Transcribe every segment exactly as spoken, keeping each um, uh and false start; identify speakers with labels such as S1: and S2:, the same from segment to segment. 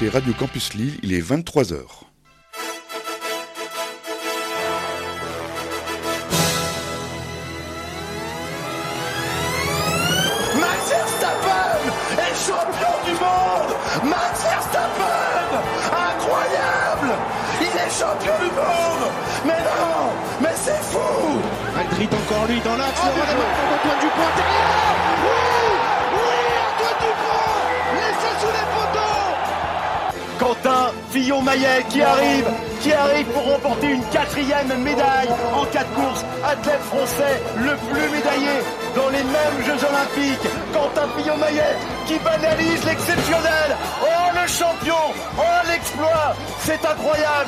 S1: écoutez Radio Campus Lille, il est vingt-trois heures.
S2: Max Verstappen est champion du monde. Max Verstappen, incroyable. Il est champion du monde. Mais non, mais c'est fou.
S3: Aldrit encore lui dans l'axe, le relèvement d'Antoine Dupont intérieur. Oui, oui, Antoine Dupont, laissé sous les poteaux.
S2: Quentin Fillon-Maillet qui arrive, qui arrive pour remporter une quatrième médaille en quatre courses. Athlète français le plus médaillé dans les mêmes Jeux Olympiques. Quentin Fillon-Maillet qui banalise l'exceptionnel. Oh le champion, oh l'exploit, c'est incroyable.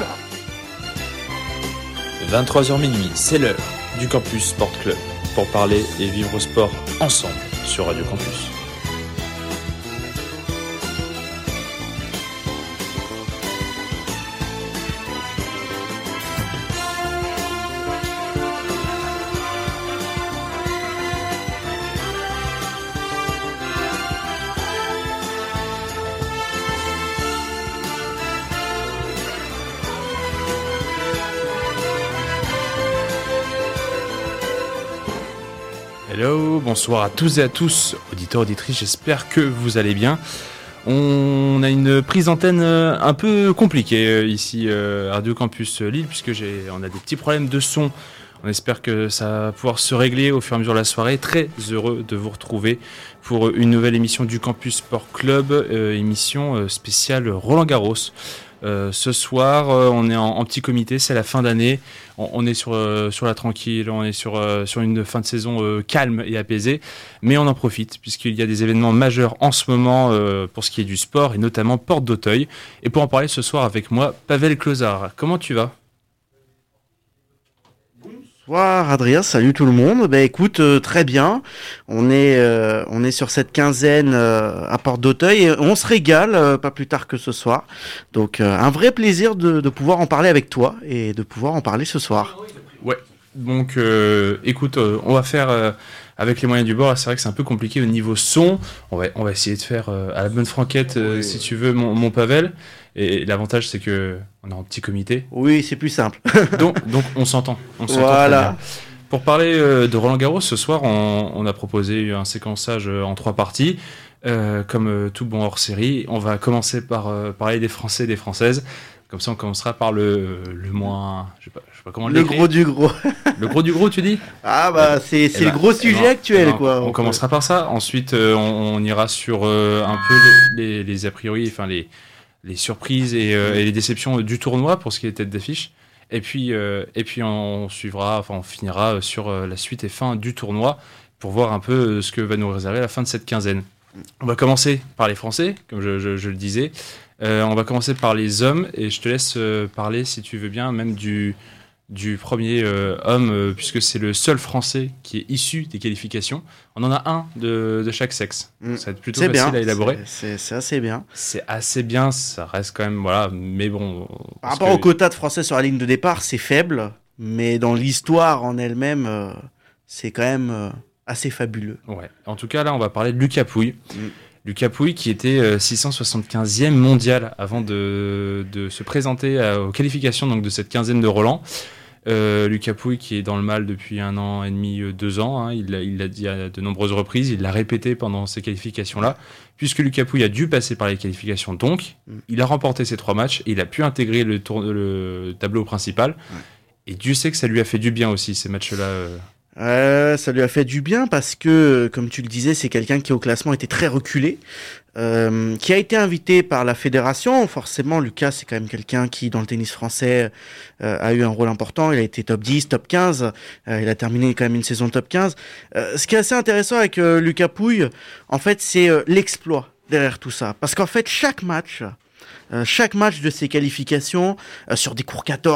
S4: vingt-trois heures minuit, c'est l'heure du Campus Sport Club pour parler et vivre sport ensemble sur Radio Campus. Hello, bonsoir à tous et à tous, auditeurs, auditrices, j'espère que vous allez bien. On a une prise d'antenne un peu compliquée ici à Radio Campus Lille, puisque j'ai, on a des petits problèmes de son. On espère que ça va pouvoir se régler au fur et à mesure de la soirée. Très heureux de vous retrouver pour une nouvelle émission du Campus Sport Club, euh, émission spéciale Roland Garros. Euh, ce soir, euh, on est en, en petit comité, c'est la fin d'année, on, on est sur, euh, sur la tranquille, on est sur, euh, sur une fin de saison euh, calme et apaisée, mais on en profite puisqu'il y a des événements majeurs en ce moment euh, pour ce qui est du sport et notamment Porte d'Auteuil. Et pour en parler ce soir avec moi, Pavel Klosar, comment tu vas ?
S5: Bonsoir Adrien, salut tout le monde. Ben écoute, euh, très bien. On est euh, on est sur cette quinzaine euh, à Porte d'Auteuil et on se régale euh, pas plus tard que ce soir. Donc euh, un vrai plaisir de, de pouvoir en parler avec toi et de pouvoir en parler ce soir.
S4: Ouais. Donc euh, écoute, euh, on va faire euh, avec les moyens du bord. C'est vrai que c'est un peu compliqué au niveau son. On va on va essayer de faire euh, à la bonne franquette euh, oui. Si tu veux mon, mon Pavel. Et l'avantage, c'est que on est en petit comité.
S5: Oui, c'est plus simple.
S4: donc, donc, on s'entend. On s'entend
S5: voilà.
S4: Très bien. Pour parler euh, de Roland Garros, ce soir, on, on a proposé un séquençage en trois parties, euh, comme euh, tout bon hors-série. On va commencer par euh, parler des Français et des Françaises. Comme ça, on commencera par le, le moins... Je sais pas, je sais pas comment
S5: le gros du gros.
S4: Le gros du gros, tu dis ?
S5: Ah bah, c'est, c'est
S4: eh
S5: le
S4: ben,
S5: gros sujet
S4: eh ben,
S5: actuel,
S4: eh ben,
S5: quoi.
S4: On, on commencera par ça. Ensuite, euh, on, on ira sur euh, un peu les, les, les a priori, enfin les... les surprises et, euh, et les déceptions du tournoi pour ce qui est tête d'affiche. Et puis, euh, et puis on suivra, enfin on finira sur euh, la suite et fin du tournoi pour voir un peu euh, ce que va nous réserver la fin de cette quinzaine. On va commencer par les Français, comme je, je, je le disais. Euh, on va commencer par les hommes et je te laisse euh, parler, si tu veux bien, même du, du premier euh, homme, euh, puisque c'est le seul Français qui est issu des qualifications. On en a un de, de chaque sexe. Mmh. Ça va être plutôt
S5: c'est
S4: facile
S5: bien.
S4: à élaborer.
S5: C'est, c'est, c'est assez bien.
S4: C'est assez bien, ça reste quand même, voilà, mais bon...
S5: Par rapport que... au quota de Français sur la ligne de départ, c'est faible, mais dans l'histoire en elle-même, euh, c'est quand même euh, assez fabuleux.
S4: Ouais. En tout cas, là, on va parler de Lucas Pouille. Mmh. Lucas Pouille qui était euh, six cent soixante-quinzième mondial avant de, de se présenter à, aux qualifications donc, de cette quinzaine de Roland. Euh, Lucas Pouille qui est dans le mal depuis un an et demi, deux ans, hein, il, l'a, il l'a dit à de nombreuses reprises, il l'a répété pendant ces qualifications-là, puisque Lucas Pouille a dû passer par les qualifications donc, mm. il a remporté ces trois matchs, et il a pu intégrer le, tour, le tableau principal, ouais. Et Dieu sait que ça lui a fait du bien aussi ces matchs-là. Euh...
S5: Euh, ça lui a fait du bien parce que, comme tu le disais, c'est quelqu'un qui au classement était très reculé, euh, qui a été invité par la fédération. Forcément, Lucas, c'est quand même quelqu'un qui, dans le tennis français, euh, a eu un rôle important. Il a été top dix, top quinze. Euh, il a terminé quand même une saison top quinze. Euh, ce qui est assez intéressant avec euh, Lucas Pouille, en fait, c'est euh, l'exploit derrière tout ça. Parce qu'en fait, chaque match... Euh, chaque match de ses qualifications, euh, sur des cours quatorze,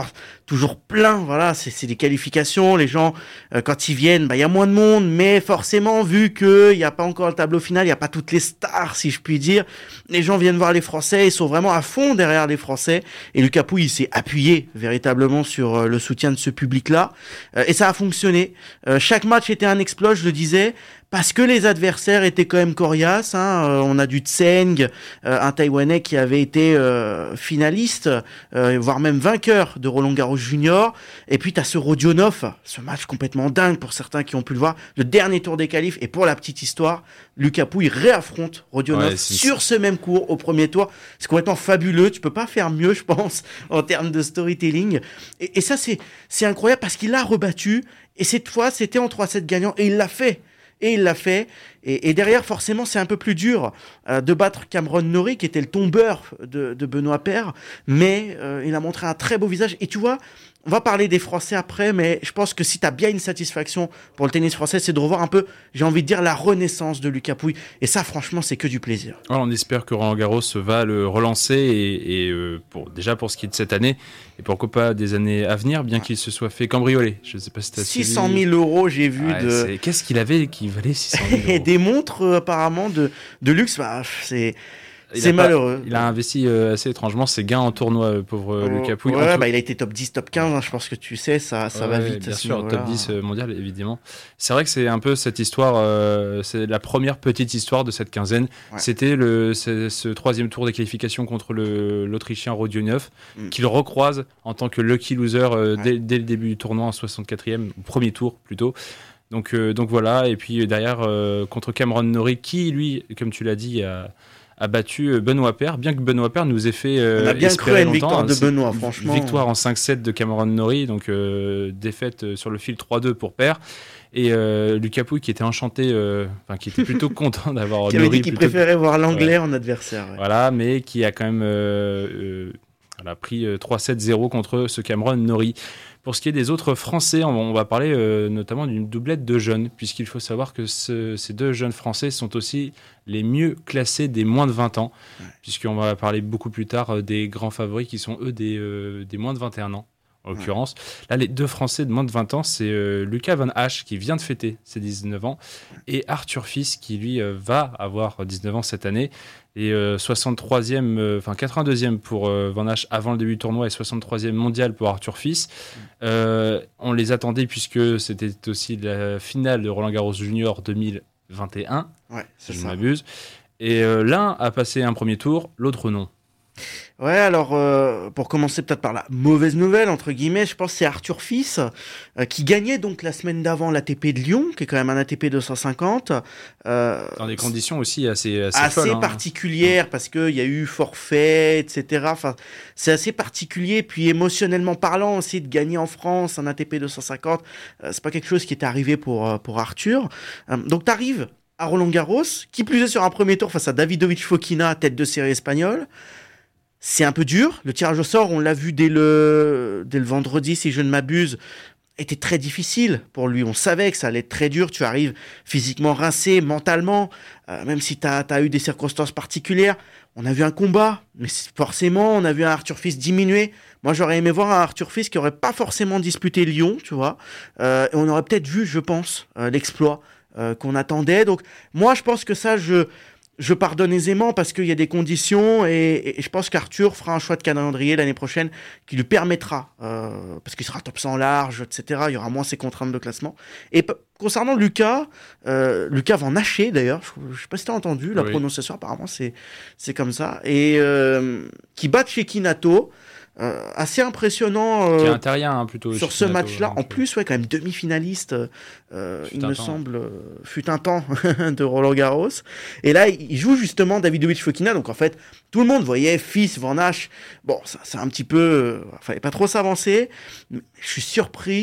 S5: toujours plein. Voilà, c'est, c'est des qualifications. Les gens, euh, quand ils viennent, bah il y a moins de monde, mais forcément, vu que il y a pas encore le tableau final, il y a pas toutes les stars, si je puis dire, les gens viennent voir les Français. Ils sont vraiment à fond derrière les Français. Et Lucas Pouille, il s'est appuyé véritablement sur euh, le soutien de ce public-là, euh, et ça a fonctionné. Euh, chaque match était un exploit, je le disais. Parce que les adversaires étaient quand même coriaces. Hein. Euh, on a du Tseng, euh, un Taïwanais qui avait été euh, finaliste, euh, voire même vainqueur de Roland-Garros Junior. Et puis tu as ce Rodionov, ce match complètement dingue pour certains qui ont pu le voir, le dernier tour des qualifs. Et pour la petite histoire, Lucas Pouille réaffronte Rodionov ouais, sur ce même cours au premier tour. C'est complètement fabuleux. Tu peux pas faire mieux, je pense, en termes de storytelling. Et, et ça, c'est, c'est incroyable parce qu'il l'a rebattu. Et cette fois, c'était en trois sept gagnant. Et il l'a fait. Et il l'a fait. Et, et derrière, forcément, c'est un peu plus dur euh, de battre Cameron Norrie, qui était le tombeur de, de Benoît Paire. Mais euh, il a montré un très beau visage. Et tu vois, on va parler des Français après, mais je pense que si tu as bien une satisfaction pour le tennis français, c'est de revoir un peu, j'ai envie de dire, la renaissance de Lucas Pouille. Et ça, franchement, c'est que du plaisir.
S4: Alors, on espère que Roland Garros va le relancer, et, et euh, pour, déjà pour ce qui est de cette année, et pourquoi pas des années à venir, bien ouais. qu'il se soit fait cambrioler. Je ne sais pas si tu as
S5: six cent mille euros, j'ai vu.
S4: Ouais,
S5: de...
S4: c'est... Qu'est-ce qu'il avait qui valait six cent mille euros?
S5: Et des montres, euh, apparemment, de, de luxe. Bah, c'est...
S4: Il
S5: c'est
S4: a
S5: malheureux.
S4: Pas, il a investi euh, assez étrangement ses gains en tournoi, euh, pauvre euh,
S5: oh,
S4: Lucas Pouille.
S5: Ouais,
S4: tout...
S5: bah, il a été top dix, top quinze, hein, je pense que tu sais, ça, ça
S4: ouais,
S5: va vite.
S4: Bien sûr, top dix euh, mondial, évidemment. C'est vrai que c'est un peu cette histoire, euh, c'est la première petite histoire de cette quinzaine. Ouais. C'était le, ce troisième tour des qualifications contre le, l'Autrichien Rodionov, mm. qu'il recroise en tant que lucky loser euh, ouais. dès, dès le début du tournoi en soixante-quatrième, au premier tour plutôt. Donc, euh, donc voilà, et puis derrière, euh, contre Cameron Norrie, qui lui, comme tu l'as dit, a... a battu Benoît Paire, bien que Benoît Paire nous ait fait euh,
S5: on a bien
S4: espérer
S5: cru à une
S4: longtemps.
S5: Victoire de Benoît, franchement.
S4: Victoire en cinq sept de Cameron Norrie, donc euh, défaite sur le fil trois deux pour Paire. Et euh, Lucas Pouille qui était enchanté, euh, enfin qui était plutôt content d'avoir
S5: qui
S4: Norrie.
S5: avait dit qu'il
S4: plutôt...
S5: préférait voir l'anglais ouais. en adversaire. Ouais.
S4: Voilà, mais qui a quand même euh, euh, voilà, pris trois sept zéro contre ce Cameron Norrie. Pour ce qui est des autres Français, on va parler euh, notamment d'une doublette de jeunes, puisqu'il faut savoir que ce, ces deux jeunes Français sont aussi les mieux classés des moins de vingt ans, ouais. puisqu'on va parler beaucoup plus tard euh, des grands favoris qui sont eux des, euh, des moins de vingt et un ans, en l'occurrence. Ouais. Là, les deux Français de moins de vingt ans, c'est euh, Lucas Van Hache qui vient de fêter ses dix-neuf ans, et Arthur Fils qui, lui, euh, va avoir dix-neuf ans cette année. Et euh, soixante-troisième, euh, enfin quatre-vingt-deuxième pour euh, Van Hache avant le début du tournoi et soixante-troisième mondial pour Arthur Fils. Euh, on les attendait puisque c'était aussi la finale de Roland Garros Junior deux mille vingt et un,
S5: ouais, c'est
S4: si
S5: ça.
S4: je m'abuse. Et euh, l'un a passé un premier tour, l'autre non.
S5: Ouais, alors euh, pour commencer peut-être par la mauvaise nouvelle entre guillemets, je pense que c'est Arthur Fils euh, qui gagnait donc la semaine d'avant l'A T P de Lyon, qui est quand même un A T P deux cent cinquante. Euh,
S4: Dans des conditions aussi assez assez,
S5: assez
S4: folles,
S5: particulières hein. Parce qu'il y a eu forfait, et cetera. Enfin, c'est assez particulier. Puis émotionnellement parlant aussi de gagner en France un A T P deux cent cinquante, euh, c'est pas quelque chose qui est arrivé pour pour Arthur. Euh, donc t'arrives à Roland-Garros, qui plus est sur un premier tour face à Davidovich Fokina, tête de série espagnole. C'est un peu dur. Le tirage au sort, on l'a vu dès le, dès le vendredi, si je ne m'abuse, était très difficile pour lui. On savait que ça allait être très dur. Tu arrives physiquement rincé, mentalement, euh, même si tu as eu des circonstances particulières. On a vu un combat, mais forcément, on a vu un Arthur Fils diminuer. Moi, j'aurais aimé voir un Arthur Fils qui n'aurait pas forcément disputé Lyon, tu vois. Euh, et on aurait peut-être vu, je pense, euh, l'exploit euh, qu'on attendait. Donc, moi, je pense que ça, je... Je pardonne aisément parce qu'il y a des conditions et, et je pense qu'Arthur fera un choix de calendrier l'année prochaine qui lui permettra, euh, parce qu'il sera top cent large, et cetera. Il y aura moins ces contraintes de classement. Et p- concernant Lucas, euh, Lucas Van Hache d'ailleurs, je ne sais pas si tu as entendu la oui. prononciation, apparemment c'est, c'est comme ça, et euh, qui bat Cecchinato. Euh, assez impressionnant euh,
S4: qui est un terrien hein, plutôt
S5: sur ce match-là. En plus, ouais, quand même demi-finaliste, euh, il me temps. semble, euh, fut un temps de Roland Garros. Et là, il joue justement Davidovich Fokina. Donc en fait, tout le monde voyait Fils, Van Hache. Bon, ça, c'est un petit peu, euh, fallait pas trop s'avancer. Mais je suis surpris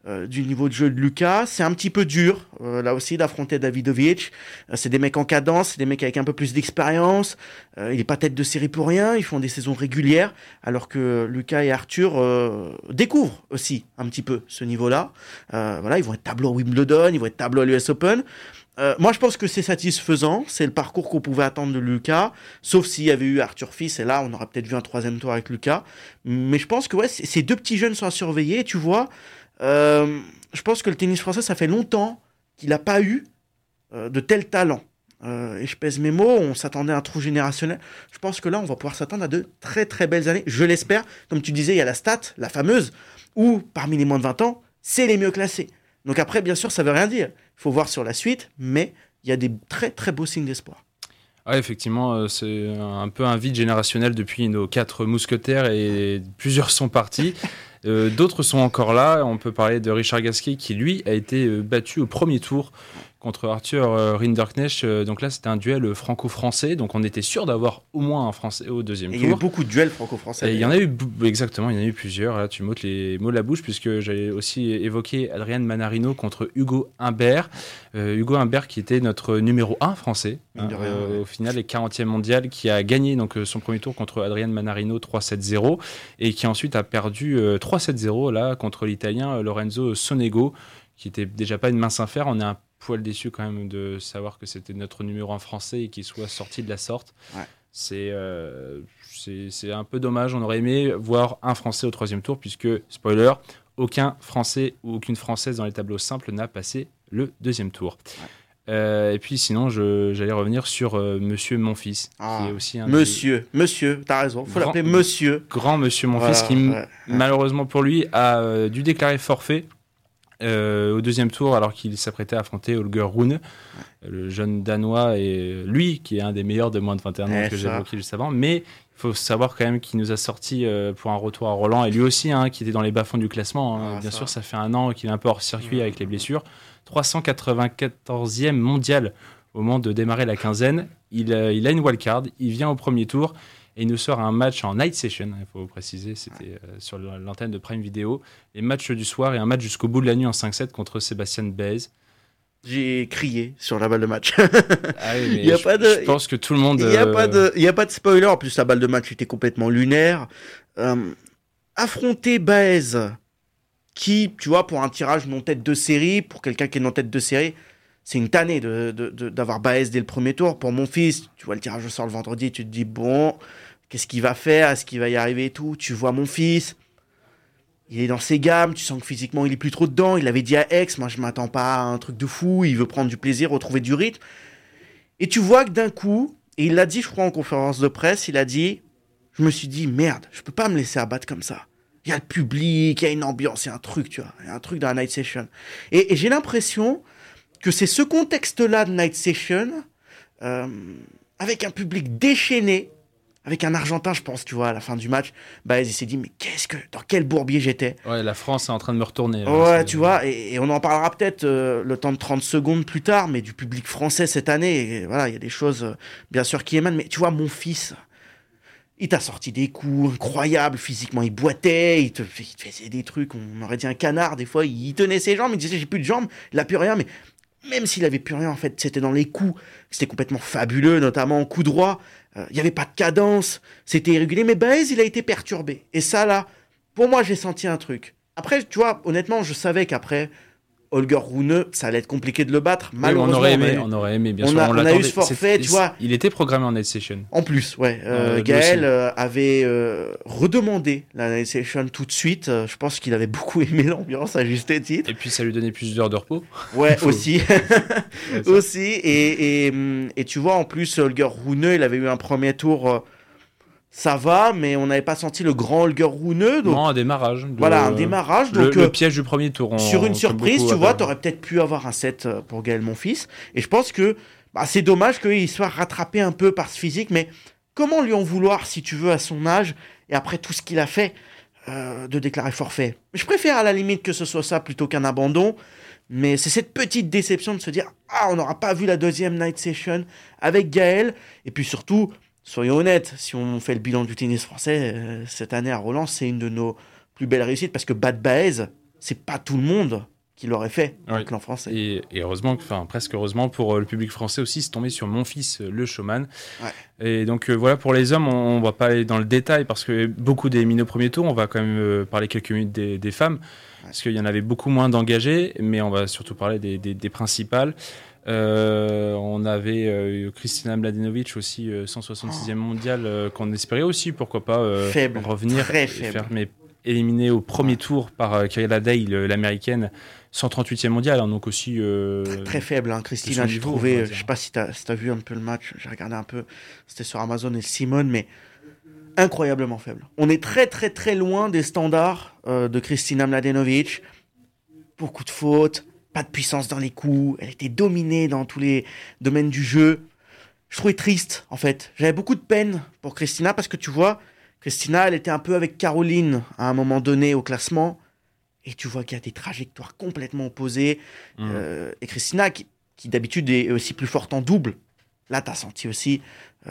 S5: euh, du niveau de jeu de Lucas. C'est un petit peu dur, euh, là aussi, d'affronter Davidovic. Euh, c'est des mecs en cadence, c'est des mecs avec un peu plus d'expérience. Euh, il n'est pas tête de série pour rien, ils font des saisons régulières, alors que Lucas et Arthur euh, découvrent aussi un petit peu ce niveau-là. Euh, voilà, ils vont être tableau à Wimbledon, ils vont être tableau à l'U S Open. Euh, moi, je pense que c'est satisfaisant. C'est le parcours qu'on pouvait attendre de Lucas, sauf s'il y avait eu Arthur Fils, et là, on aurait peut-être vu un troisième tour avec Lucas. Mais je pense que ouais, ces deux petits jeunes sont à surveiller. Tu vois, euh, je pense que le tennis français, ça fait longtemps qu'il n'a pas eu euh, de tel talent. Euh, et je pèse mes mots, on s'attendait à un trou générationnel. Je pense que là, on va pouvoir s'attendre à de très très belles années. Je l'espère. Comme tu disais, il y a la stat, la fameuse, où parmi les moins de vingt ans, c'est les mieux classés. Donc après, bien sûr, ça veut rien dire. Il faut voir sur la suite, mais il y a des très très beaux signes d'espoir.
S4: Ouais, effectivement, euh, c'est un peu un vide générationnel depuis nos quatre mousquetaires et plusieurs sont partis. Euh, d'autres sont encore là. On peut parler de Richard Gasquet qui, lui, a été euh, battu au premier tour contre Arthur euh, Rinderknecht. Euh, donc là, c'était un duel franco-français. Donc on était sûr d'avoir au moins un Français au deuxième
S5: et
S4: tour.
S5: Il y a eu beaucoup de duels franco-français.
S4: Et il y en a eu, exactement, il y en a eu plusieurs. Là, tu m'ôtes les mots de la bouche puisque j'avais aussi évoqué Adrian Manarino contre Hugo Humbert. Euh, Hugo Humbert qui était notre numéro un français. Hein,
S5: rien,
S4: euh,
S5: ouais.
S4: Au final, les quarantième mondial, qui a gagné donc, son premier tour contre Adrian Manarino trois sept zéro et qui ensuite a perdu euh, trois sept zéro là, contre l'Italien Lorenzo Sonego, qui était déjà pas une mince affaire. On est un poil déçu quand même de savoir que c'était notre numéro un français et qu'il soit sorti de la sorte.
S5: Ouais.
S4: C'est, euh, c'est, c'est un peu dommage. On aurait aimé voir un Français au troisième tour puisque, spoiler, aucun Français ou aucune Française dans les tableaux simples n'a passé le deuxième tour. Ouais. Euh, et puis sinon, je, j'allais revenir sur euh, Monsieur Monfils,
S5: ah,
S4: qui est aussi un
S5: Monsieur, des... Monsieur, t'as raison, faut
S4: grand,
S5: l'appeler Monsieur.
S4: Grand Monsieur Monfils,
S5: voilà,
S4: qui
S5: ouais,
S4: malheureusement pour lui a euh, dû déclarer forfait euh, au deuxième tour alors qu'il s'apprêtait à affronter Holger Rune, ouais. le jeune Danois, et lui qui est un des meilleurs de moins de vingt et un ans ouais, que j'ai évoqué juste avant. Mais il faut savoir quand même qu'il nous a sorti euh, pour un retour à Roland, et lui aussi hein, qui était dans les bas-fonds du classement. Hein. Ah, Bien ça. sûr, ça fait un an qu'il est un peu hors circuit ouais. avec les blessures. trois cent quatre-vingt-quatorzième mondial au moment de démarrer la quinzaine. Il, euh, il a une wildcard, il vient au premier tour et il nous sort un match en night session, il faut préciser, c'était euh, sur l'antenne de Prime Video. Les matchs du soir et un match jusqu'au bout de la nuit en cinq sept contre Sébastien Baez.
S5: J'ai crié sur la balle de match.
S4: Ah oui, mais il y a je, pas de, je pense que tout le monde...
S5: Il n'y a, euh... a pas de spoiler, en plus la balle de match était complètement lunaire. Euh, affronter Baez, qui, tu vois, pour un tirage non tête de série, pour quelqu'un qui est non tête de série, c'est une tannée de, de, de, d'avoir Baez dès le premier tour. Pour mon fils, tu vois, le tirage sort le vendredi, tu te dis, bon, qu'est-ce qu'il va faire? Est-ce qu'il va y arriver et tout? Tu vois mon fils, il est dans ses gammes, tu sens que physiquement, il est plus trop dedans. Il l'avait dit à Aix, moi, je m'attends pas à un truc de fou, il veut prendre du plaisir, retrouver du rythme. Et tu vois que d'un coup, et il l'a dit, je crois, en conférence de presse, il a dit, je me suis dit, merde, je peux pas me laisser abattre comme ça. Il y a le public, il y a une ambiance, il y a un truc, tu vois. Il y a un truc dans la night session. Et, et j'ai l'impression que c'est ce contexte-là de night session, euh, avec un public déchaîné, avec un Argentin, je pense, tu vois, à la fin du match, Baez, il s'est dit, mais qu'est-ce que, dans quel bourbier j'étais?
S4: Ouais, la France est en train de me retourner. Là,
S5: ouais, tu vois, et, et on en parlera peut-être euh, le temps de trente secondes plus tard, mais du public français cette année, et voilà, il y a des choses, euh, bien sûr, qui émanent, mais tu vois, mon fils... Il t'a sorti des coups incroyables, physiquement il boitait, il te, il te faisait des trucs, on aurait dit un canard, des fois il tenait ses jambes, il disait j'ai plus de jambes, il a plus rien, mais même s'il avait plus rien en fait, c'était dans les coups, c'était complètement fabuleux, notamment en coup droit, euh, il n'y avait pas de cadence, c'était irrégulier, mais Baez il a été perturbé, et ça là, pour moi j'ai senti un truc. Après tu vois, honnêtement je savais qu'après, Holger Rune, ça allait être compliqué de le battre. Malheureusement,
S4: on aurait aimé, on aurait aimé, bien
S5: on
S4: sûr.
S5: A,
S4: on,
S5: on a eu ce forfait, tu vois.
S4: Il était programmé en night session.
S5: En plus, ouais. Euh, euh, Gaël euh, avait euh, redemandé la night session tout de suite. Euh, je pense qu'il avait beaucoup aimé l'ambiance, à juste titre.
S4: Et puis, ça lui donnait plus d'heures de repos.
S5: Ouais, aussi. ouais, aussi. Et, et, et tu vois, en plus, Holger Rune, il avait eu un premier tour... Euh, ça va, mais on n'avait pas senti le grand Holger Rune. Donc...
S4: Non, un démarrage. De...
S5: Voilà, un démarrage.
S4: Le,
S5: donc,
S4: le
S5: euh,
S4: piège du premier tour. En...
S5: Sur une surprise, tu vois, tu aurais peut-être pu avoir un set pour Gaël Monfils. Et je pense que bah, c'est dommage qu'il soit rattrapé un peu par ce physique, mais comment lui en vouloir, si tu veux, à son âge, et après tout ce qu'il a fait, euh, de déclarer forfait? Je préfère à la limite que ce soit ça plutôt qu'un abandon, mais c'est cette petite déception de se dire « Ah, on n'aura pas vu la deuxième night session avec Gaël », et puis surtout... Soyons honnêtes, si on fait le bilan du tennis français, euh, cette année à Roland, c'est une de nos plus belles réussites parce que battre Baez, c'est pas tout le monde qui l'aurait fait
S4: Oui.
S5: en clan français.
S4: Et, et heureusement, enfin presque heureusement pour euh, le public français aussi, c'est tombé sur Mon Fils, euh, le showman.
S5: Ouais.
S4: Et donc euh, voilà, pour les hommes, on, on va pas aller dans le détail parce que beaucoup des éliminés au premier tour, on va quand même euh, parler quelques minutes des, des femmes, ouais. parce qu'il y en avait beaucoup moins d'engagées, mais on va surtout parler des, des, des principales. Euh, on avait euh, Kristina Mladenovic aussi, euh, cent soixante-sixième oh. mondiale, euh, qu'on espérait aussi, pourquoi pas euh,
S5: faible,
S4: revenir
S5: très
S4: et
S5: faible.
S4: faire, mais éliminé au premier ouais. tour par euh, Kayla Dale, l'américaine, cent trente-huitième mondiale, hein, donc aussi... Euh,
S5: très, très faible, hein, Kristina, j'ai trouvé, je sais pas si tu as si vu un peu le match, j'ai regardé un peu, c'était sur Amazon et Simone, mais incroyablement faible. On est très très très loin des standards euh, de Kristina Mladenovic, beaucoup de fautes, pas de puissance dans les coups, elle était dominée dans tous les domaines du jeu. Je trouvais triste, en fait. J'avais beaucoup de peine pour Kristina, parce que tu vois, Kristina, elle était un peu avec Caroline à un moment donné au classement, et tu vois qu'il y a des trajectoires complètement opposées. Mmh. Euh, et Kristina, qui, qui d'habitude est aussi plus forte en double, là, tu as senti aussi euh,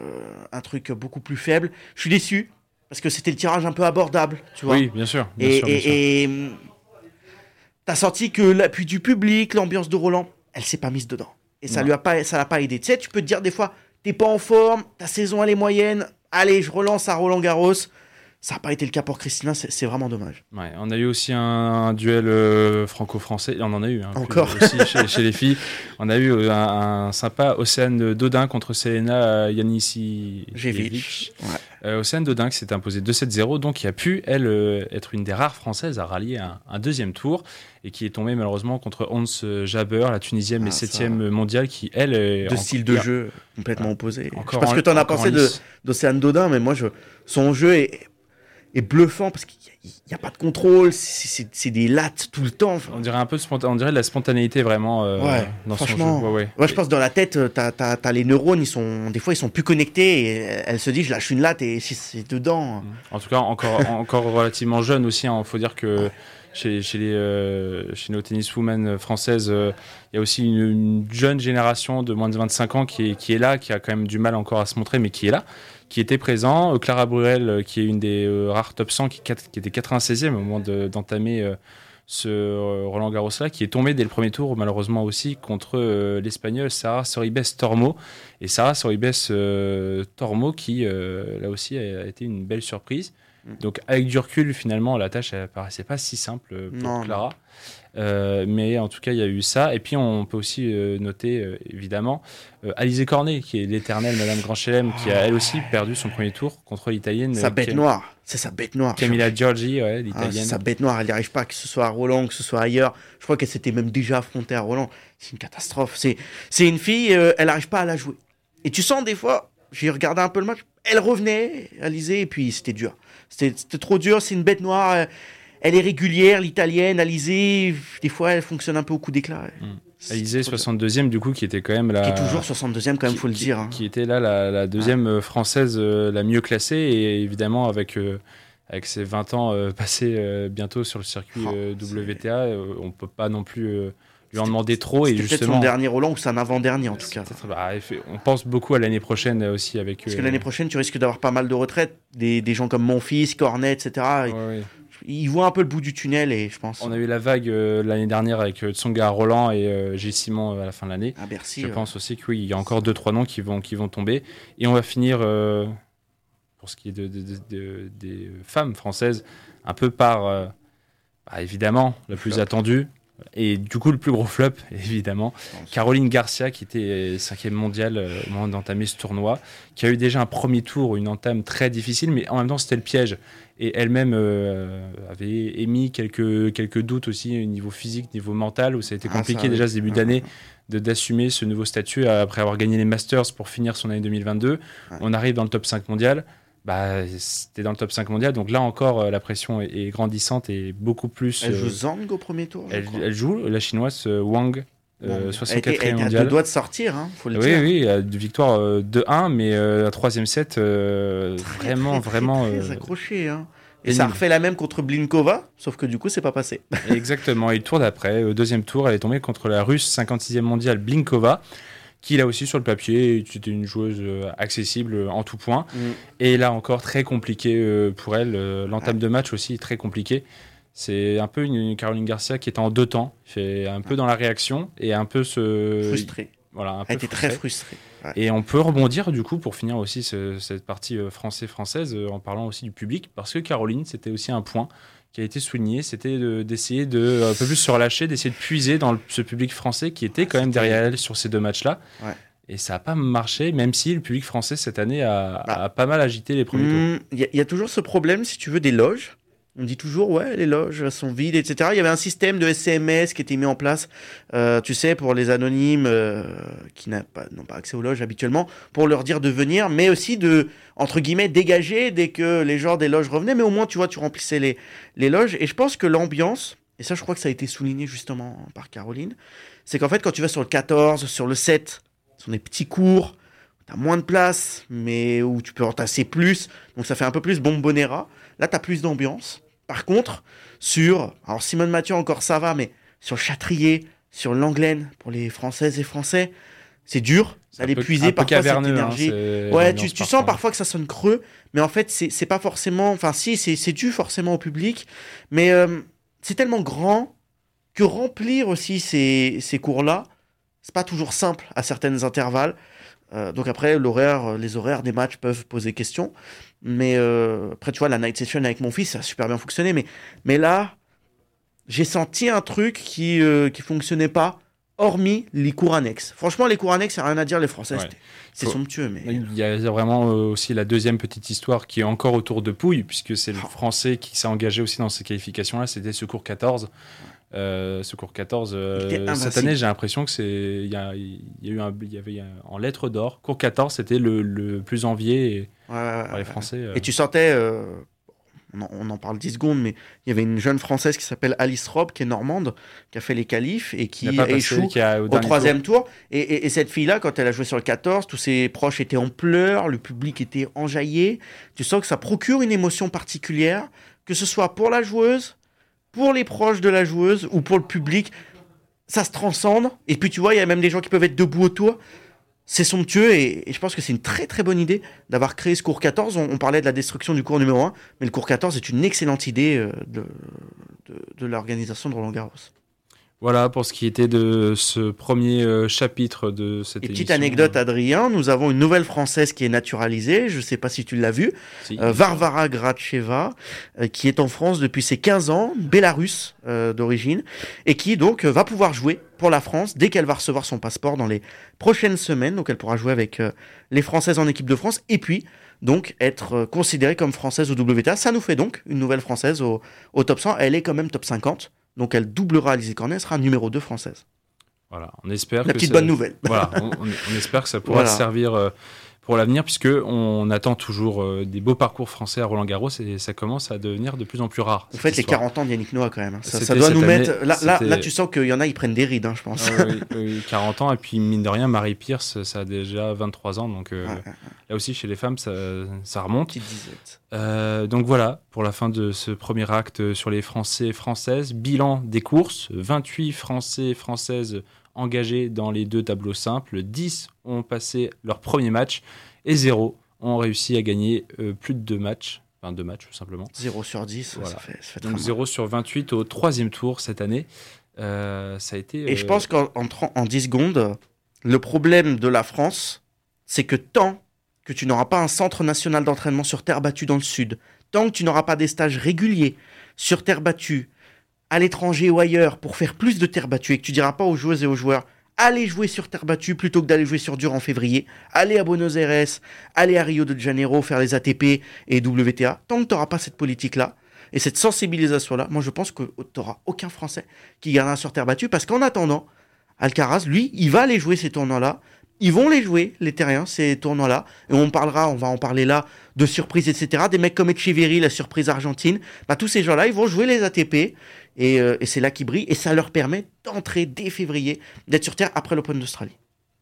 S5: un truc beaucoup plus faible. Je suis déçu, parce que c'était le tirage un peu abordable, tu vois.
S4: Oui, bien sûr. Bien
S5: et
S4: sûr, bien
S5: et,
S4: sûr.
S5: et tu as senti que l'appui du public, l'ambiance de Roland, elle s'est pas mise dedans. Et ça
S4: non.
S5: lui a pas, ça l'a pas aidé. Tu sais, tu peux te dire des fois, t'es pas en forme, ta saison elle est moyenne, allez, je relance à Roland Garros. Ça n'a pas été le cas pour Kristina, c'est, c'est vraiment dommage.
S4: Ouais, on a eu aussi un, un duel euh, franco-français, on en a eu hein,
S5: encore
S4: aussi chez, chez les filles. On a eu euh, un, un sympa Océane Dodin contre Selena Yanisijevich.
S5: Ouais.
S4: Euh, Océane Dodin qui s'est imposée deux sept zéro, donc qui a pu, elle, euh, être une des rares Françaises à rallier un, un deuxième tour et qui est tombée malheureusement contre Hans Jaber, la Tunisienne ah, et septième ça... mondiale, qui, elle... Est
S5: de en... style de jeu complètement ah, opposé. Je sais pas ce que tu en as pensé de, d'Océane Dodin, mais moi, je... son jeu est... est bluffant parce qu'il n'y a, a pas de contrôle, c'est, c'est, c'est des lattes tout le temps. Enfin.
S4: On dirait un peu de, sponta- on dirait de la spontanéité vraiment euh,
S5: ouais,
S4: dans
S5: franchement,
S4: son jeu. Ouais, ouais.
S5: Ouais, je pense que dans la tête, t'as, t'as, t'as les neurones, ils sont, des fois ils sont plus connectés et elle se dit je lâche une latte et c'est, c'est dedans.
S4: En tout cas, encore, encore relativement jeune aussi, il hein, faut dire que ouais. chez, chez, les, euh, chez nos tenniswomen françaises, il euh, y a aussi une, une jeune génération de moins de vingt-cinq ans qui est, qui est là, qui a quand même du mal encore à se montrer, mais qui est là. Qui était présent, euh, Clara Bruel, euh, qui est une des euh, rares top cent, qui, qui était quatre-vingt-seizième au moment de, d'entamer euh, ce euh, Roland Garros-là, qui est tombée dès le premier tour, malheureusement aussi, contre euh, l'Espagnole Sara Sorribes Tormo. Et Sara Sorribes euh, Tormo, qui, euh, là aussi, a, a été une belle surprise. Donc, avec du recul, finalement, la tâche, elle paraissait pas si simple pour non, Clara. Non. Euh, mais en tout cas, il y a eu ça. Et puis, on peut aussi euh, noter, euh, évidemment, euh, Alizé Cornet, qui est l'éternelle Madame Grand Chelem, qui a elle aussi perdu son premier tour contre l'Italienne.
S5: Sa bête
S4: Cam...
S5: noire. C'est sa bête noire.
S4: Camilla Giorgi, ouais, l'Italienne.
S5: Ah, c'est sa bête noire. Elle n'y arrive pas, que ce soit à Roland, que ce soit ailleurs. Je crois qu'elle s'était même déjà affrontée à Roland. C'est une catastrophe. C'est, c'est une fille, euh, elle n'arrive pas à la jouer. Et tu sens des fois, j'ai regardé un peu le match, elle revenait, Alizé, et puis c'était dur. C'était, c'était trop dur. C'est une bête noire. Euh, Elle est régulière, l'italienne, Alizé, des fois elle fonctionne un peu au coup d'éclat.
S4: Mmh. Alizé, soixante-deuxième du coup, qui était quand même la...
S5: Qui est toujours soixante-deuxième quand même, il faut le
S4: qui,
S5: dire. Hein.
S4: Qui était là la, la deuxième ah. française euh, la mieux classée, et évidemment avec, euh, avec ses vingt ans euh, passés euh, bientôt sur le circuit oh, euh, W T A, euh, on ne peut pas non plus euh, lui en demander trop.
S5: C'était
S4: et justement,
S5: peut-être son dernier Roland ou son avant-dernier en tout cas.
S4: Bah, on pense beaucoup à l'année prochaine aussi. Avec,
S5: Parce que euh, l'année prochaine, tu risques d'avoir pas mal de retraites, des, des gens comme Mon Fils, Cornet, et cetera.
S4: Ouais, ouais.
S5: Ils voient un peu le bout du tunnel et je pense.
S4: On a eu la vague euh, l'année dernière avec euh, Tsonga Roland et euh, Gilles Simon euh, à la fin de l'année.
S5: À Bercy.
S4: Je
S5: ouais.
S4: pense aussi qu'il oui, y a encore deux trois noms qui vont qui vont tomber, et on va finir euh, pour ce qui est de, de, de, de, des femmes françaises un peu par euh, bah, évidemment la plus flop. attendue et du coup le plus gros flop évidemment, Caroline Garcia, qui était cinquième mondiale euh, au moment d'entamer ce tournoi, qui a eu déjà un premier tour, une entame très difficile, mais en même temps c'était le piège. Et elle-même euh, avait émis quelques, quelques doutes aussi au niveau physique, niveau mental, où ça a été compliqué ah, ça, déjà oui. ce début d'année de, d'assumer ce nouveau statut après avoir gagné les Masters pour finir son année deux mille vingt-deux. Ouais. On arrive dans le top cinq mondial. Bah, c'était dans le top cinq mondial, donc là encore la pression est, est grandissante et beaucoup plus.
S5: Elle joue Zhang au premier tour.
S4: Elle, elle joue la chinoise Wang. Euh, soixante-quatrième mondial.
S5: Elle a deux doigts de sortir, hein, faut le
S4: oui,
S5: dire.
S4: Oui, oui, de victoire euh, deux un, mais euh, un troisième set euh,
S5: très,
S4: vraiment,
S5: très,
S4: vraiment.
S5: Très, très
S4: euh,
S5: accroché, hein. Et, et ça a refait la même contre Blinkova, sauf que du coup, c'est pas passé.
S4: Exactement. Et le tour d'après, au deuxième tour, elle est tombée contre la Russe cinquante-sixième mondiale Blinkova, qui là aussi sur le papier était une joueuse euh, accessible en tout point. Mm. Et là encore très compliqué euh, pour elle. Euh, l'entame ouais. de match aussi très compliqué. C'est un peu une, une Caroline Garcia qui est en deux temps. Il fait un peu dans la réaction et un peu se...
S5: Frustrée.
S4: Voilà, un
S5: Elle
S4: peu
S5: était
S4: frustrée.
S5: très frustrée. Ouais.
S4: Et on peut rebondir du coup pour finir aussi ce, cette partie euh, français-française euh, en parlant aussi du public, parce que Caroline, c'était aussi un point qui a été souligné, c'était de, d'essayer de euh, un peu plus se relâcher, d'essayer de puiser dans le, ce public français qui était quand même derrière elle sur ces deux matchs-là.
S5: Ouais.
S4: Et ça n'a pas marché, même si le public français cette année a,
S5: Bah.
S4: a pas mal agité les premiers tours.
S5: Il mmh, y, y a toujours ce problème, si tu veux, des loges. On dit toujours, ouais, les loges sont vides, et cetera. Il y avait un système de S M S qui était mis en place, euh, tu sais, pour les anonymes euh, qui n'ont pas, n'ont pas accès aux loges habituellement, pour leur dire de venir, mais aussi de, entre guillemets, dégager dès que les gens des loges revenaient. Mais au moins, tu vois, tu remplissais les, les loges. Et je pense que l'ambiance, et ça, je crois que ça a été souligné justement par Caroline, c'est qu'en fait, quand tu vas sur le quatorze, sur le sept, ce sont des petits cours, tu as moins de place, mais où tu peux entasser plus, donc ça fait un peu plus bombonera. Là, tu as plus d'ambiance. Par contre, sur, alors Simone Mathieu encore ça va, mais sur le Châtrier, sur l'Anglaine, pour les Françaises et Français, c'est dur d'aller puiser parfois cette énergie. Hein, ouais, tu, tu sens parfois que ça sonne creux, mais en fait, c'est, c'est pas forcément, enfin si, c'est, c'est dû forcément au public, mais euh, c'est tellement grand que remplir aussi ces, ces cours-là, c'est pas toujours simple à certains intervalles. Euh, donc après, l'horaire, les horaires des matchs peuvent poser question. Mais euh, après, tu vois, la night session avec mon fils, ça a super bien fonctionné. Mais, mais là, j'ai senti un truc qui euh, qui fonctionnait pas, hormis les cours annexes. Franchement, les cours annexes, il n'y a rien à dire, les Français, ouais. C'est Faut... somptueux. Mais...
S4: Il y a vraiment euh, aussi la deuxième petite histoire qui est encore autour de Pouille, puisque c'est le oh. Français qui s'est engagé aussi dans ces qualifications-là, c'était Secours quatorze. Euh, Secours quatorze, euh, cette année, j'ai l'impression que c'est, il y a, il y a eu un, il y avait un, en lettres d'or. Cours quatorze, c'était le, le plus envié et,
S5: ouais, ouais,
S4: par les Français. Euh...
S5: Et tu sentais, euh, on, en, on en parle dix secondes, mais il y avait une jeune Française qui s'appelle Alice Robb, qui est normande, qui a fait les qualifs et qui a échoue qui a, au, au troisième tour. tour. Et, et, et cette fille-là, quand elle a joué sur le quatorze, tous ses proches étaient en pleurs, le public était enjaillé. Tu sens que ça procure une émotion particulière, que ce soit pour la joueuse, pour les proches de la joueuse ou pour le public, ça se transcende. Et puis tu vois, il y a même des gens qui peuvent être debout autour. C'est somptueux et, et je pense que c'est une très très bonne idée d'avoir créé ce cours quatorze. On, on parlait de la destruction du cours numéro un, mais le cours quatorze est une excellente idée euh, de, de, de l'organisation de Roland-Garros.
S4: Voilà pour ce qui était de ce premier euh, chapitre de cette
S5: et
S4: émission.
S5: Petite anecdote, Adrien, nous avons une nouvelle Française qui est naturalisée, je ne sais pas si tu l'as vue, si, euh, Varvara Gracheva, euh, qui est en France depuis ses quinze ans, Bélarusse euh, d'origine, et qui donc euh, va pouvoir jouer pour la France dès qu'elle va recevoir son passeport dans les prochaines semaines. Donc elle pourra jouer avec euh, les Françaises en équipe de France, et puis donc être euh, considérée comme Française au W T A. Ça nous fait donc une nouvelle Française au, au top cent, elle est quand même top cinquante. Donc elle doublera Alizé Cornet, elle sera numéro deux française.
S4: Voilà, on espère
S5: La
S4: que
S5: petite
S4: ça...
S5: bonne nouvelle.
S4: Voilà, on, on espère que ça pourra voilà. servir euh, pour l'avenir, puisque on attend toujours euh, des beaux parcours français à Roland-Garros et ça commence à devenir de plus en plus rare.
S5: Vous faites les quarante ans d'Yannick Noah quand même. Hein. Ça, ça doit nous année, mettre. Là, là, là, tu sens qu'il y en a, ils prennent des rides, hein, je pense.
S4: Ah, oui, oui, quarante ans et puis mine de rien, Marie Pierce, ça a déjà vingt-trois ans, donc euh, ouais, ouais, ouais. là aussi chez les femmes, ça, ça remonte.
S5: Petite disette.
S4: Euh, donc voilà, pour la fin de ce premier acte sur les Français et Françaises, bilan des courses, vingt-huit Français et Françaises engagés dans les deux tableaux simples, dix ont passé leur premier match et zéro ont réussi à gagner euh, plus de deux matchs, enfin deux matchs tout simplement.
S5: zéro sur dix,
S4: voilà.
S5: ça fait, ça fait
S4: donc zéro sur vingt-huit au troisième tour cette année. Euh, ça a été,
S5: et
S4: euh...
S5: je pense qu'en en, en dix secondes, le problème de la France, c'est que tant que tu n'auras pas un centre national d'entraînement sur terre battue dans le sud, tant que tu n'auras pas des stages réguliers sur terre battue, à l'étranger ou ailleurs, pour faire plus de terre battue, et que tu diras pas aux joueuses et aux joueurs, allez jouer sur terre battue plutôt que d'aller jouer sur dur en février, allez à Buenos Aires, allez à Rio de Janeiro faire les A T P et W T A, tant que tu n'auras pas cette politique-là, et cette sensibilisation-là, moi je pense que tu n'auras aucun Français qui gagnera sur terre battue, parce qu'en attendant, Alcaraz, lui, il va aller jouer ces tournois-là. Ils vont les jouer, les terriens, ces tournois-là. Et on parlera, on va en parler là, de surprises, et cetera. Des mecs comme Etcheverry, la surprise argentine. Bah, tous ces gens-là, ils vont jouer les A T P. Et, euh, et c'est là qu'ils brillent. Et ça leur permet d'entrer dès février, d'être sur terre après l'Open d'Australie.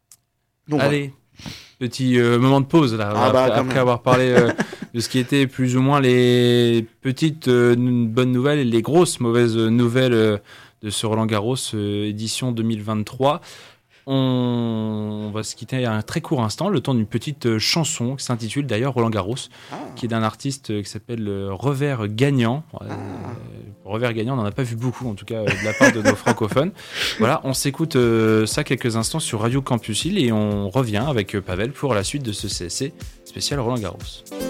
S4: Donc, allez, voilà. Petit euh, moment de pause, là. Ah, après, bah, après avoir parlé euh, de ce qui était plus ou moins les petites euh, bonnes nouvelles et les grosses mauvaises nouvelles euh, de ce Roland-Garros euh, édition deux mille vingt-trois. On va se quitter à un très court instant, le temps d'une petite chanson qui s'intitule d'ailleurs Roland Garros, ah. qui est d'un artiste qui s'appelle Revers Gagnant. Ah. revers gagnant, on n'en a pas vu beaucoup, en tout cas, euh, de la part de nos francophones. Voilà, on s'écoute euh, ça quelques instants sur Radio Campus Lille et on revient avec euh, Pavel pour la suite de ce C S C spécial Roland Garros.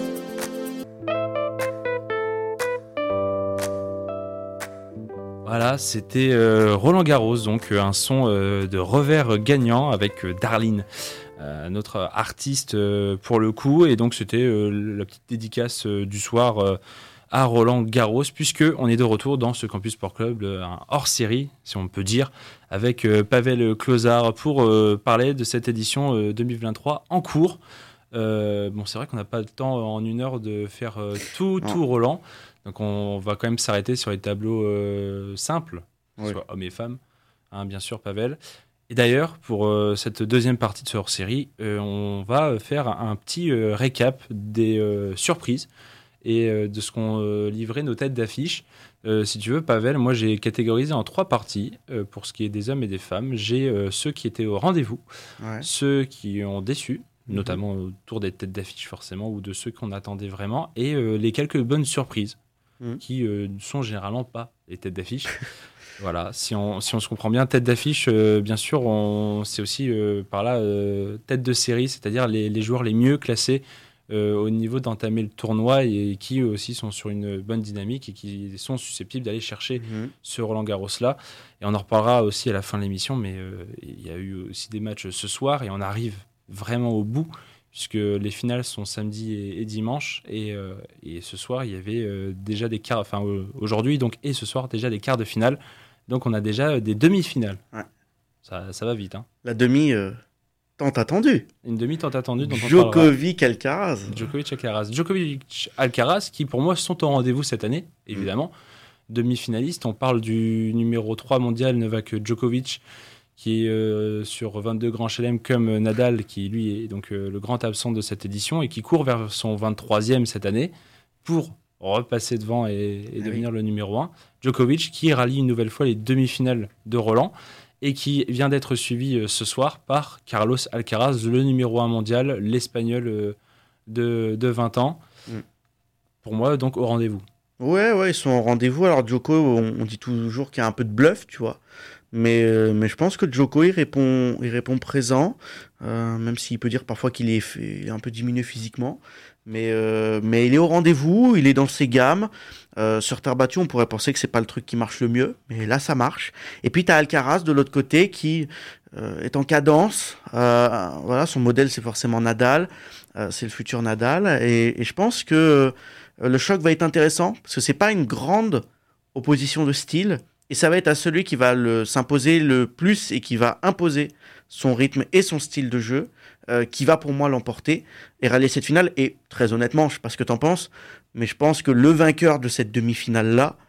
S4: Voilà, c'était euh, Roland Garros, donc euh, un son euh, de revers gagnant avec euh, Darlene, euh, notre artiste euh, pour le coup, et donc c'était euh, la petite dédicace euh, du soir euh, à Roland Garros, puisque on est de retour dans ce Campus Sport Club, euh, un hors-série, si on peut dire, avec euh, Pavel Klosar pour euh, parler de cette édition euh, deux mille vingt-trois en cours. Euh, bon, c'est vrai qu'on n'a pas le temps en une heure de faire euh, tout, tout Roland. Donc on va quand même s'arrêter sur les tableaux euh, simples, oui. Soit hommes et femmes, hein, bien sûr, Pavel. Et d'ailleurs, pour euh, cette deuxième partie de ce hors-série, euh, on va faire un petit euh, récap des euh, surprises et euh, de ce qu'ont euh, livré nos têtes d'affiche. Euh, si tu veux, Pavel, moi j'ai catégorisé en trois parties euh, pour ce qui est des hommes et des femmes. J'ai euh, ceux qui étaient au rendez-vous, ouais. Ceux qui ont déçu, notamment mmh. autour des têtes d'affiche forcément, ou de ceux qu'on attendait vraiment, et euh, les quelques bonnes surprises. Mmh. Qui ne euh, sont généralement pas les têtes d'affiche. Voilà, si on, si on se comprend bien, tête d'affiche, euh, bien sûr, on, c'est aussi euh, par là euh, tête de série, c'est-à-dire les, les joueurs les mieux classés euh, au niveau d'entamer le tournoi et, et qui eux aussi sont sur une bonne dynamique et qui sont susceptibles d'aller chercher mmh. ce Roland Garros-là. Et on en reparlera aussi à la fin de l'émission, mais euh, il y a eu aussi des matchs ce soir et on arrive vraiment au bout, puisque les finales sont samedi et, et dimanche, et, euh, et ce soir, il y avait euh, déjà des quarts, enfin euh, aujourd'hui, donc, et ce soir, déjà des quarts de finale. Donc on a déjà des demi-finales. Ouais. Ça, ça va vite. Hein.
S5: La demi euh, tant attendue.
S4: Une demi tant attendue.
S5: Djokovic-Alcaraz.
S4: Djokovic-Alcaraz. Djokovic-Alcaraz, qui pour moi sont au rendez-vous cette année, évidemment. Mmh. Demi-finaliste, on parle du numéro trois mondial, Novak Djokovic, qui est euh, sur vingt-deux grands chelem comme Nadal, qui lui est donc euh, le grand absent de cette édition et qui court vers son vingt-troisième cette année pour repasser devant et, et devenir oui. le numéro un. Djokovic qui rallie une nouvelle fois les demi-finales de Roland et qui vient d'être suivi euh, ce soir par Carlos Alcaraz, le numéro un mondial, l'Espagnol euh, de, de vingt ans. Mm. Pour moi, donc au rendez-vous.
S5: Ouais, ouais, ils sont au rendez-vous. Alors Djoko, on, on dit toujours qu'il y a un peu de bluff, tu vois. Mais, euh, mais je pense que Djoko, il répond, il répond présent, euh, même s'il peut dire parfois qu'il est, il est un peu diminué physiquement. Mais, euh, mais il est au rendez-vous, il est dans ses gammes. Euh, sur terre battue, on pourrait penser que c'est pas le truc qui marche le mieux, mais là, ça marche. Et puis, tu as Alcaraz de l'autre côté qui euh, est en cadence. Euh, voilà, son modèle, c'est forcément Nadal. Euh, c'est le futur Nadal. Et, et je pense que euh, le choc va être intéressant, parce que c'est pas une grande opposition de style. Et ça va être à celui qui va le, s'imposer le plus et qui va imposer son rythme et son style de jeu, euh, qui va pour moi l'emporter et rallier cette finale. Et très honnêtement, je ne sais pas ce que tu en penses, mais je pense que le vainqueur de cette demi-finale-là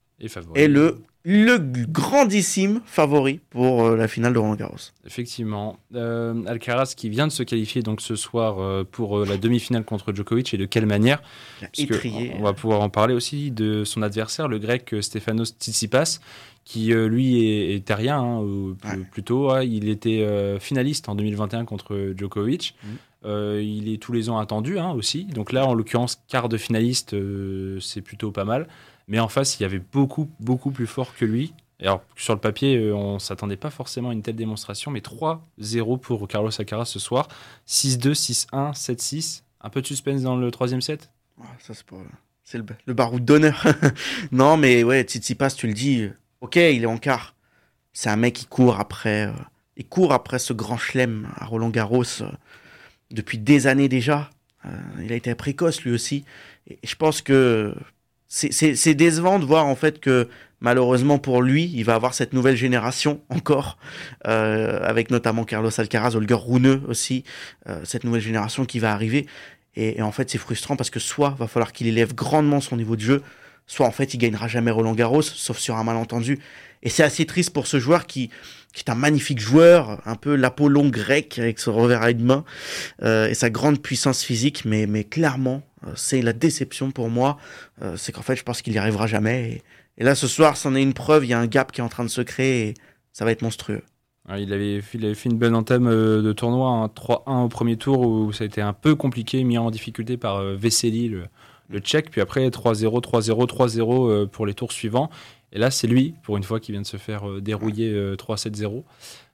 S5: est le, le grandissime favori pour euh, la finale de Roland Garros.
S4: Effectivement. Euh, Alcaraz qui vient de se qualifier donc ce soir euh, pour euh, la demi-finale contre Djokovic, et de quelle manière? Parce que on va pouvoir en parler aussi de son adversaire, le grec Stefanos Tsitsipas, qui euh, lui est, est terrien, hein, ou, ouais. plutôt. Hein, il était euh, finaliste en deux mille vingt et un contre Djokovic. Mmh. Euh, il est tous les ans attendu, hein, aussi. Donc là, en l'occurrence, quart de finaliste, euh, c'est plutôt pas mal. Mais en face, il y avait beaucoup, beaucoup plus fort que lui. Et alors, sur le papier, euh, on ne s'attendait pas forcément à une telle démonstration, mais trois zéro pour Carlos Alcaraz ce soir. six deux, six un, sept six. Un peu de suspense dans le troisième set.
S5: Ah, ça, c'est, pas... c'est le, le baroud d'honneur. Non, mais ouais, Tsitsipas, tu le dis... Ok, il est en quart. C'est un mec qui court après, euh, il court après ce grand chelem à Roland Garros euh, depuis des années déjà. Euh, il a été précoce lui aussi. Et je pense que c'est, c'est, c'est décevant de voir en fait que malheureusement pour lui, il va avoir cette nouvelle génération encore, euh, avec notamment Carlos Alcaraz, Holger Rune aussi, euh, cette nouvelle génération qui va arriver. Et, et en fait, c'est frustrant parce que soit va falloir qu'il élève grandement son niveau de jeu, soit en fait il gagnera jamais Roland Garros, sauf sur un malentendu. Et c'est assez triste pour ce joueur qui, qui est un magnifique joueur, un peu l'Apollon grec avec son revers à une main euh, et sa grande puissance physique, mais, mais clairement, euh, c'est la déception pour moi. Euh, c'est qu'en fait, je pense qu'il n'y arrivera jamais. Et, et là, ce soir, c'en est une preuve, il y a un gap qui est en train de se créer et ça va être monstrueux.
S4: Il avait, il avait fait une bonne entame de tournoi, un trois un au premier tour, où ça a été un peu compliqué, mis en difficulté par Vesely, le, le Tchèque, puis après trois zéro, trois zéro, trois zéro euh, pour les tours suivants. Et là, c'est lui, pour une fois, qui vient de se faire euh, dérouiller euh, trois sept zéro.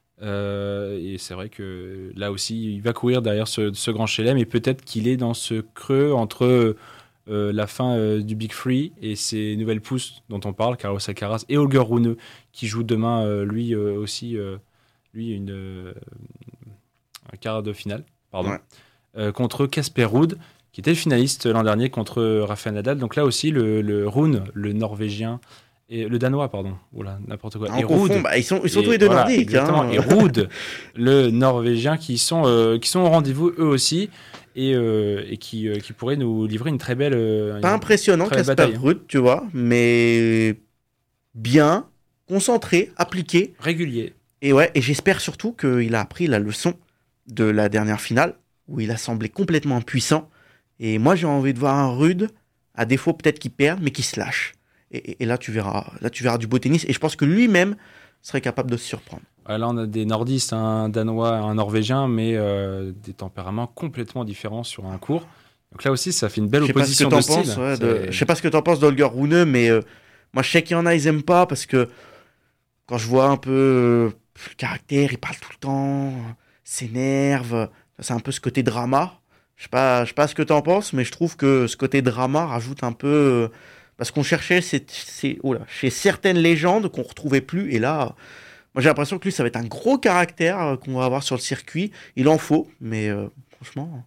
S4: Euh, et c'est vrai que là aussi, il va courir derrière ce, ce grand chelem, et peut-être qu'il est dans ce creux entre euh, la fin euh, du Big Three et ces nouvelles pousses dont on parle, Carlos Alcaraz et Holger Rune, qui joue demain, euh, lui euh, aussi, euh, lui, une, euh, un quart de finale, pardon, ouais. euh, contre Casper Ruud, qui était le finaliste l'an dernier contre Rafael Nadal. Donc là aussi, le, le Rune, le Norvégien, et le Danois, pardon, oula, n'importe quoi.
S5: Et Ruud, bah, ils sont, ils sont et, tous les deux
S4: voilà,
S5: nordiques.
S4: Exactement.
S5: Hein.
S4: Et Ruud, le Norvégien, qui sont, euh, qui sont au rendez-vous eux aussi, et, euh, et qui, euh, qui pourraient nous livrer une très belle. Euh,
S5: Pas impressionnant, Casper Ruud, tu vois, mais bien, concentré, appliqué,
S4: régulier.
S5: Et ouais, et j'espère surtout qu'il a appris la leçon de la dernière finale, où il a semblé complètement impuissant. Et moi, j'ai envie de voir un Ruud, à défaut peut-être qu'il perde, mais qui se lâche. Et, et là, tu verras, là, tu verras du beau tennis. Et je pense que lui-même serait capable de se surprendre.
S4: Là, on a des nordistes, un danois, un norvégien, mais euh, des tempéraments complètement différents sur un court. Donc là aussi, ça fait une belle opposition de style.
S5: Penses, ouais, de... Je sais pas ce que tu en penses d'Holger Rune, mais euh, moi, je sais qu'il y en a, ils aiment pas parce que quand je vois un peu euh, le caractère, il parle tout le temps, s'énerve. C'est un peu ce côté drama. Je sais pas, je sais pas ce que tu en penses, mais je trouve que ce côté drama rajoute un peu. Euh, Parce qu'on cherchait c'est, c'est, oh là, chez certaines légendes qu'on ne retrouvait plus. Et là, moi j'ai l'impression que lui, ça va être un gros caractère qu'on va avoir sur le circuit. Il en faut, mais euh, franchement...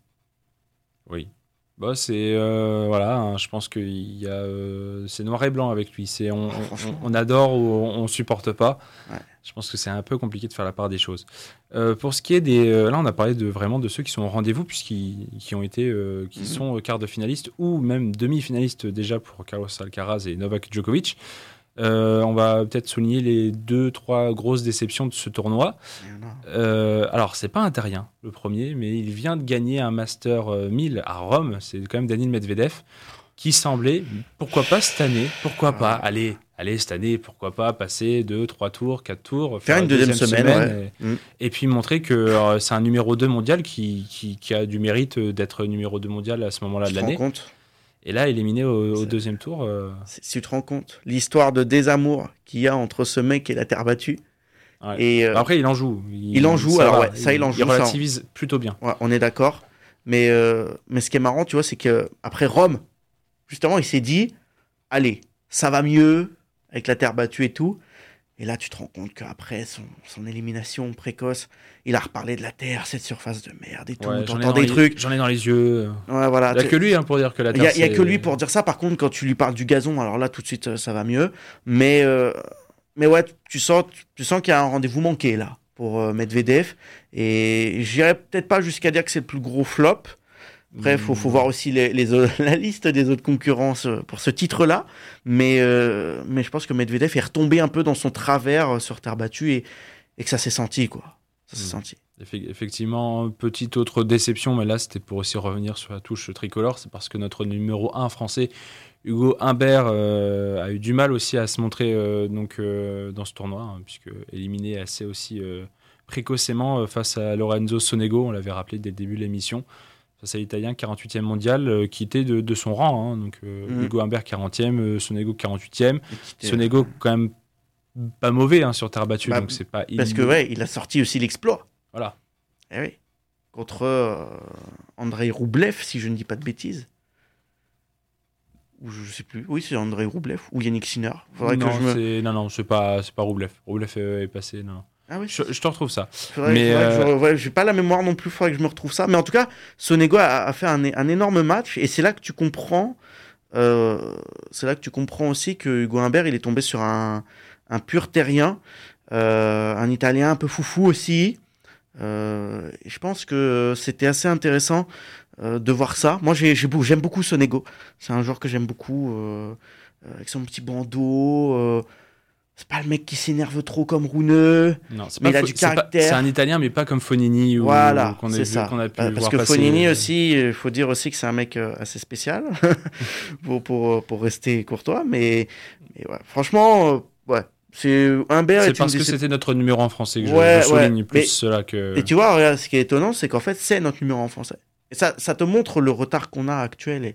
S4: Oui. Bah, c'est, euh, voilà, hein, je pense que y a, euh, c'est noir et blanc avec lui. C'est, on, oh, on, on adore ou on ne supporte pas. Ouais. Je pense que c'est un peu compliqué de faire la part des choses. Euh, pour ce qui est des... Euh, là, on a parlé de, vraiment de ceux qui sont au rendez-vous, puisqu'ils qui ont été, euh, qui mm-hmm. sont quart de finalistes ou même demi-finalistes déjà pour Carlos Alcaraz et Novak Djokovic. Euh, on va peut-être souligner les deux, trois grosses déceptions de ce tournoi. Euh, alors, c'est pas un terrien, le premier, mais il vient de gagner un Master mille à Rome. C'est quand même Daniil Medvedev, qui semblait, pourquoi pas cette année, pourquoi pas, allez... Allez, cette année, pourquoi pas passer deux, trois tours, quatre tours,
S5: faire, faire une deuxième, deuxième semaine, semaine ouais.
S4: et, mmh. et puis montrer que euh, c'est un numéro deux mondial qui, qui, qui a du mérite d'être numéro deux mondial à ce moment-là
S5: tu
S4: de l'année.
S5: Tu te rends compte ?
S4: Et là, éliminé au, au deuxième tour. Euh...
S5: Si tu te rends compte, l'histoire de désamour qu'il y a entre ce mec et la terre battue.
S4: Ouais. Et euh, après, il en joue.
S5: Il, il en joue, alors va, ouais, ça, il, il en joue.
S4: Il relativise ça, plutôt bien.
S5: Ouais, on est d'accord. Mais, euh, mais ce qui est marrant, tu vois, c'est qu'après Rome, justement, il s'est dit, allez, ça va mieux, avec la terre battue et tout. Et là, tu te rends compte qu'après son, son élimination précoce, il a reparlé de la terre, cette surface de merde et tout.
S4: Ouais,
S5: t'entends des
S4: les,
S5: trucs.
S4: J'en ai dans les yeux.
S5: Ouais, voilà.
S4: Il n'y a que lui hein, pour dire que la terre.
S5: Il n'y a, a que lui pour dire ça. Par contre, quand tu lui parles du gazon, alors là, tout de suite, ça va mieux. Mais, euh, mais ouais, tu sens, tu sens qu'il y a un rendez-vous manqué là pour euh, Medvedev. Et j'irais peut-être pas jusqu'à dire que c'est le plus gros flop. Bref, il faut, faut voir aussi les, les, la liste des autres concurrents pour ce titre-là. Mais, euh, mais je pense que Medvedev est retombé un peu dans son travers sur terre battue et, et que ça s'est senti, quoi. Ça s'est mmh. senti.
S4: Effectivement, petite autre déception, mais là, c'était pour aussi revenir sur la touche tricolore. C'est parce que notre numéro un français, Hugo Humbert, euh, a eu du mal aussi à se montrer euh, donc, euh, dans ce tournoi, hein, puisque éliminé assez aussi euh, précocement euh, face à Lorenzo Sonego. On l'avait rappelé dès le début de l'émission. C'est l'Italien quarante-huitième mondial euh, qui était de, de son rang. Hein, donc euh, mmh. Hugo Humbert quarantième, euh, Sonego quarante-huitième. Sonego quand même pas mauvais hein, sur terre battue.
S5: Bah,
S4: donc c'est pas
S5: parce il... que ouais, il a sorti aussi l'exploit.
S4: Voilà.
S5: Eh oui. Contre euh, Andrei Roublev, si je ne dis pas de bêtises. Ou je sais plus. Oui, c'est Andrei Roublev ou Yannick Sinner.
S4: Faudrait non, que je me... non, non, c'est pas, c'est pas Roublev. Roublev est passé. Non.
S5: Ah oui,
S4: je, je te retrouve ça.
S5: Faudrait,
S4: mais
S5: faudrait
S4: euh...
S5: je, ouais, j'ai pas la mémoire non plus, il faudrait que je me retrouve ça. Mais en tout cas, Sonego a, a fait un, un énorme match et c'est là que tu comprends, euh, c'est là que tu comprends aussi que Hugo Humbert il est tombé sur un, un pur terrien, euh, un Italien un peu foufou aussi. Euh, et je pense que c'était assez intéressant euh, de voir ça. Moi, j'ai, j'ai, j'aime beaucoup Sonego. C'est un joueur que j'aime beaucoup euh, avec son petit bandeau. Euh, C'est pas le mec qui s'énerve trop comme Rune,
S4: non, c'est
S5: mais
S4: pas
S5: il a
S4: fo-
S5: du caractère.
S4: C'est, pas, c'est un Italien, mais pas comme Fonini. Ou,
S5: voilà,
S4: ou qu'on a
S5: c'est
S4: vu,
S5: ça.
S4: Qu'on a pu
S5: Parce
S4: voir
S5: que
S4: passer.
S5: Fonini aussi, il faut dire aussi que c'est un mec assez spécial pour, pour, pour rester courtois. Mais, mais ouais, franchement, euh, ouais, c'est Humbert.
S4: C'est
S5: est
S4: parce
S5: une
S4: que
S5: décep...
S4: c'était notre numéro en français que
S5: ouais,
S4: je, je souligne
S5: ouais,
S4: plus
S5: mais,
S4: cela que.
S5: Et tu vois, regarde, ce qui est étonnant, c'est qu'en fait, c'est notre numéro en français. Et ça, ça te montre le retard qu'on a actuel et,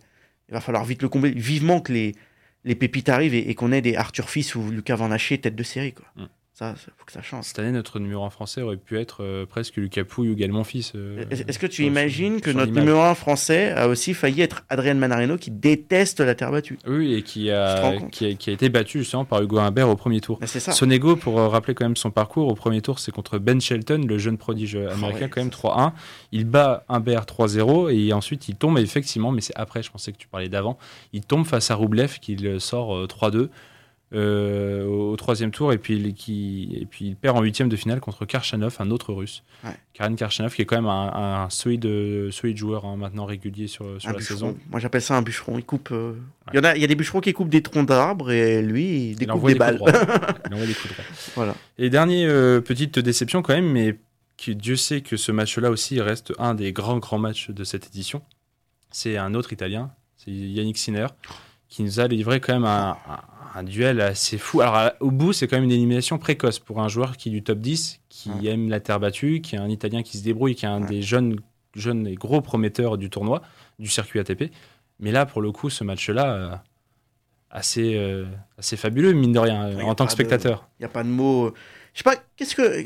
S5: il va falloir vite le combler. Vivement que les, les pépites arrivent et, et qu'on ait des Arthur Fils ou Lucas Van Haché tête de série, quoi. Mm. Ça, il faut que ça change.
S4: Cette année, notre numéro un français aurait pu être euh, presque Lucas Pouille ou Gaël Monfils. Euh,
S5: Est-ce que tu imagines que notre numéro un français a aussi failli être Adrien Manarino, qui déteste la terre battue?
S4: Oui, et qui a, qui a, qui a été battu justement par Hugo Humbert au premier tour.
S5: C'est ça.
S4: Sonego, pour euh, rappeler quand même son parcours, au premier tour, c'est contre Ben Shelton, le jeune prodige américain, oh ouais, quand même trois un. Il bat Humbert trois zéro et ensuite il tombe, effectivement, mais c'est après, je pensais que tu parlais d'avant, il tombe face à Roublev, qu'il sort euh, trois deux. Euh, au, au troisième tour et puis, il, qui, et puis il perd en huitième de finale contre Karchanov, un autre russe. Ouais. Karen Karchanov qui est quand même un, un solide, solide joueur hein, maintenant régulier sur, sur la
S5: bûcheron.
S4: saison.
S5: Moi j'appelle ça un bûcheron. Il coupe. Euh... Ouais. Il y en a, il y a des bûcherons qui coupent des troncs d'arbres et lui il découpe il des, des balles.
S4: il envoie des coups droits. Voilà. Et dernière euh, petite déception quand même, mais qui, Dieu sait que ce match-là aussi reste un des grands grands matchs de cette édition. C'est un autre Italien, c'est Yannick Sinner, qui nous a livré quand même un, un un duel assez fou. Alors, au bout, c'est quand même une élimination précoce pour un joueur qui est du top dix, qui ouais. aime la terre battue, qui est un Italien qui se débrouille, qui est un ouais. des jeunes, jeunes et gros prometteurs du tournoi, du circuit A T P. Mais là, pour le coup, ce match-là, euh, assez, euh, assez fabuleux, mine de rien, ouais, en tant que spectateur.
S5: Il n'y a pas de mots. Je sais pas, qu'est-ce que.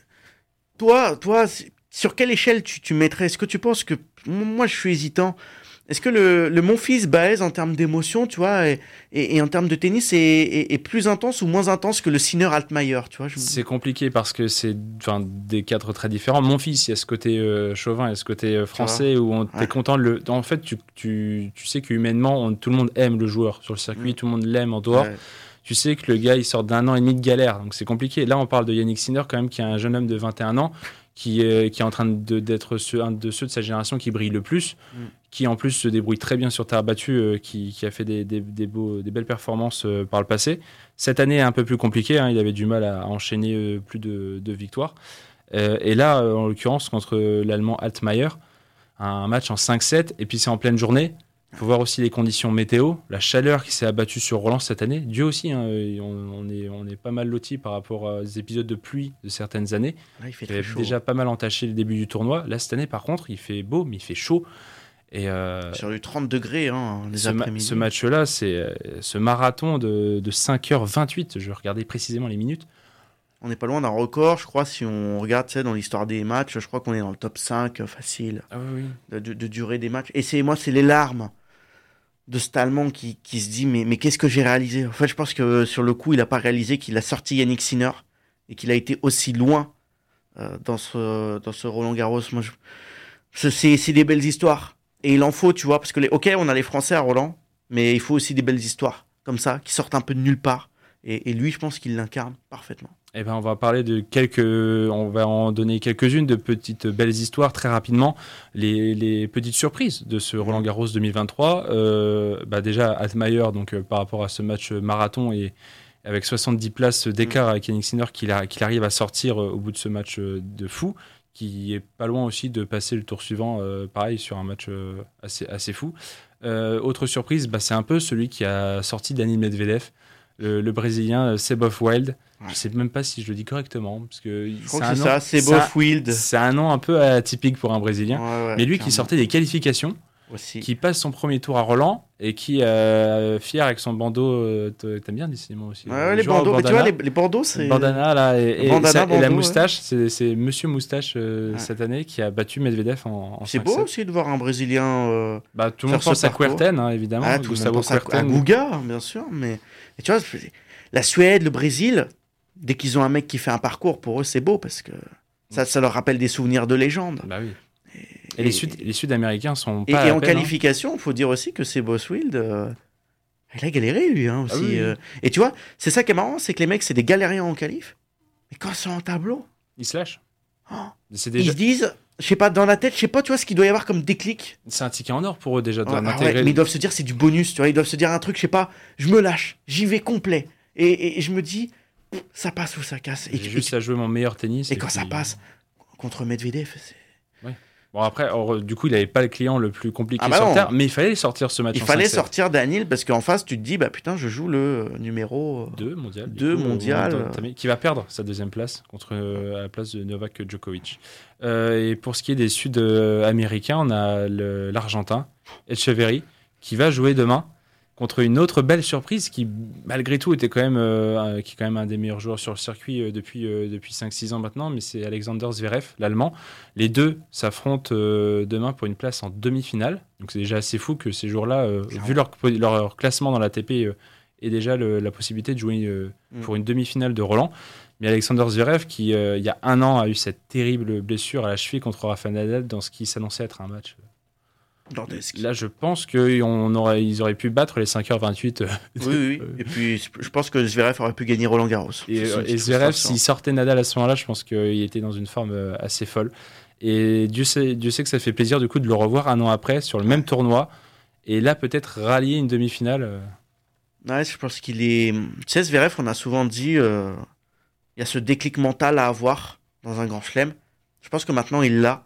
S5: Toi, toi sur quelle échelle tu, tu mettrais? Est-ce que tu penses que. Moi, je suis hésitant. Est-ce que le, le Monfils Baez, en termes d'émotion, tu vois, et, et, et en termes de tennis, est, est, est plus intense ou moins intense que le Sinner Altmaier, tu vois je...
S4: C'est compliqué parce que c'est des cadres très différents. Monfils, il y a ce côté euh, chauvin, il y a ce côté euh, français où on, t'es ouais. content. De le... En fait, tu, tu, tu sais qu'humainement, on, tout le monde aime le joueur sur le circuit, mmh. tout le monde l'aime en dehors. Ouais. Tu sais que le gars, il sort d'un an et demi de galère, donc c'est compliqué. Là, on parle de Yannick Sinner, quand même, qui est un jeune homme de vingt et un ans, qui est, qui est en train de, d'être ceux, un de ceux de sa génération qui brille le plus, mmh. qui en plus se débrouille très bien sur terre battue, euh, qui, qui a fait des, des, des, beaux, des belles performances euh, par le passé. Cette année est un peu plus compliquée, hein, il avait du mal à enchaîner euh, plus de, de victoires. Euh, et là, euh, en l'occurrence, contre l'Allemand Altmaier, un match en cinq sept, et puis c'est en pleine journée. Il faut voir aussi les conditions météo, la chaleur qui s'est abattue sur Roland cette année. Dieu aussi, hein, on, on, est, on est pas mal lotis par rapport aux épisodes de pluie de certaines années.
S5: Là, il fait
S4: il avait
S5: chaud.
S4: déjà pas mal entaché le début du tournoi. Là, cette année, par contre, il fait beau, mais il fait chaud. Et euh,
S5: sur du trente degrés, hein, les
S4: ce
S5: après-midi.
S4: Ma- ce match-là, c'est euh, ce marathon de, de cinq heures vingt-huit. Je vais regarder précisément les minutes.
S5: On n'est pas loin d'un record, je crois, si on regarde tu sais, dans l'histoire des matchs. Je crois qu'on est dans le top cinq euh, facile
S4: ah oui, oui.
S5: De, de, de durée des matchs. Et c'est, moi, c'est les larmes de cet Allemand qui, qui se dit mais, mais qu'est-ce que j'ai réalisé? En fait, je pense que sur le coup, il n'a pas réalisé qu'il a sorti Yannick Sinner et qu'il a été aussi loin euh, dans ce, dans ce Roland-Garros. Moi, je... c'est, c'est des belles histoires. Et il en faut, tu vois, parce que, les... ok, on a les Français à Roland, mais il faut aussi des belles histoires comme ça, qui sortent un peu de nulle part. Et, et lui, je pense qu'il l'incarne parfaitement.
S4: Eh ben, on va parler de quelques, on va en donner quelques-unes de petites belles histoires très rapidement. Les, les petites surprises de ce Roland Garros deux mille vingt-trois. Euh, bah déjà, Altmaier, donc euh, par rapport à ce match marathon et avec soixante-dix places d'écart avec Yannick Sinner qu'il, a, qu'il arrive à sortir euh, au bout de ce match euh, de fou, qui est pas loin aussi de passer le tour suivant, euh, pareil sur un match euh, assez, assez fou. Euh, autre surprise, bah, c'est un peu celui qui a sorti Daniil Medvedev. Le, le Brésilien Seboff Wild, ouais. Je ne sais même pas si je le dis correctement, parce que
S5: je crois que c'est ça, Seboff Wild.
S4: C'est un nom un peu atypique pour un Brésilien, ouais, ouais, mais lui qui sortait des qualifications, aussi. Qui passe son premier tour à Roland et qui est euh, fier avec son bandeau. Euh, t'aimes bien décidément aussi.
S5: Ouais, ouais, les bandeaux, mais tu vois, les, les bandeaux, c'est.
S4: Le bandana là et, et,
S5: bandana,
S4: ça,
S5: bandeau,
S4: et la moustache,
S5: ouais.
S4: c'est, c'est Monsieur Moustache euh, ouais. cette année qui a battu Medvedev en. en
S5: c'est beau aussi de voir un Brésilien. Euh,
S4: bah, tout le monde pense à Kuerten, hein, évidemment.
S5: Ah, tout le monde pense à, à Guga, bien sûr, mais et tu vois. La Suède, le Brésil, dès qu'ils ont un mec qui fait un parcours, pour eux, c'est beau parce que ça, ça leur rappelle des souvenirs de légende.
S4: Bah oui. Et, et les, Sud, les Sud-Américains sont
S5: et,
S4: pas.
S5: Et, et
S4: en
S5: peine, qualification, il
S4: hein.
S5: faut dire aussi que c'est Boswild. Euh, il a galéré, lui, hein, aussi. Ah oui. euh, et tu vois, c'est ça qui est marrant, c'est que les mecs, c'est des galériens en qualif. Mais quand ils sont en tableau.
S4: Ils se lâchent.
S5: Oh, c'est déjà... Ils se disent. Je sais pas, dans la tête, je sais pas, tu vois, ce qu'il doit y avoir comme déclic.
S4: C'est un ticket en or pour eux déjà de
S5: ah, ah ouais, mais ils doivent se dire, c'est du bonus, tu vois. Ils doivent se dire un truc, je sais pas, je me lâche, j'y vais complet. Et, et, et je me dis, ça passe ou ça casse.
S4: Et, J'ai juste et, à jouer mon meilleur tennis.
S5: Et, et quand puis... ça passe contre Medvedev, c'est.
S4: Ouais. Bon, après, or, du coup, il n'avait pas le client le plus compliqué ah bah sur non. Terre, mais il fallait sortir ce match.
S5: Il
S4: en
S5: fallait
S4: cinq sept.
S5: Sortir Daniil parce qu'en face, tu te dis, bah putain, je joue le numéro
S4: deux mondial.
S5: deux mondial.
S4: Qui va perdre sa deuxième place contre euh, à la place de Novak Djokovic. Euh, et pour ce qui est des Sud-Américains, on a le, l'Argentin, Etcheverry, qui va jouer demain contre une autre belle surprise qui, malgré tout, était quand même, euh, qui est quand même un des meilleurs joueurs sur le circuit euh, depuis, euh, depuis cinq six ans maintenant, mais c'est Alexander Zverev, l'Allemand. Les deux s'affrontent euh, demain pour une place en demi-finale. Donc c'est déjà assez fou que ces joueurs-là, euh, vu leur, leur classement dans l'A T P, euh, aient déjà le, la possibilité de jouer euh, mm. pour une demi-finale de Roland. Mais Alexander Zverev, qui euh, il y a un an a eu cette terrible blessure à la cheville contre Rafael Nadal dans ce qui s'annonçait être un match... Euh,
S5: Dantesque.
S4: Là, je pense qu'ils aurait, auraient pu battre les cinq heures vingt-huit. Euh,
S5: oui, oui. Et puis, je pense que Zverev aurait pu gagner Roland Garros.
S4: Et, et Zverev, s'il sortait Nadal à ce moment-là, je pense qu'il était dans une forme assez folle. Et Dieu sait, Dieu sait que ça fait plaisir du coup de le revoir un an après sur le même tournoi. Et là, peut-être rallier une demi-finale.
S5: Ouais, je pense qu'il est... Tu sais, Zverev, on a souvent dit, euh, il y a ce déclic mental à avoir dans un grand chelem. Je pense que maintenant, il l'a.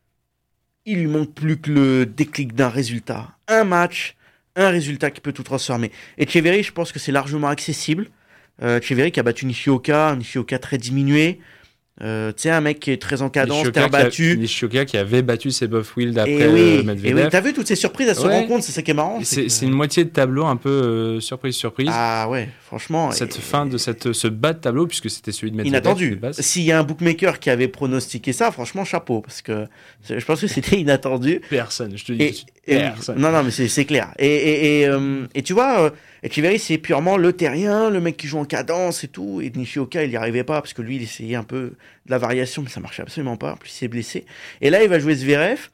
S5: Il lui manque plus que le déclic d'un résultat. Un match, un résultat qui peut tout transformer. Et Etcheverry, je pense que c'est largement accessible. Euh, Etcheverry qui a battu Nishioka, un Nishioka très diminué. Euh, tu sais, un mec qui est très en cadence, terre battue.
S4: Nishioka qui avait battu Seboff Wild après
S5: et oui,
S4: euh, Medvedev.
S5: Et oui, t'as vu toutes ces surprises à se ouais. rencontre, c'est ça qui est marrant.
S4: C'est,
S5: que...
S4: c'est une moitié de tableau un peu euh, surprise-surprise.
S5: Ah ouais, franchement.
S4: Cette
S5: et...
S4: fin de cette, ce bas de tableau, puisque c'était celui de Medvedev.
S5: Inattendu. S'il y a un bookmaker qui avait pronostiqué ça, franchement, chapeau, parce que je pense que c'était inattendu.
S4: Personne, je te dis.
S5: Et, et, personne. Non, non, mais c'est, c'est clair. Et, et, et, euh, et tu vois, euh, Etcheverry, c'est purement le terrien, le mec qui joue en cadence et tout. Et Nishioka, il n'y arrivait pas, parce que lui, il essayait un peu de la variation, mais ça marchait absolument pas. En plus, il s'est blessé. Et là, il va jouer Zverev.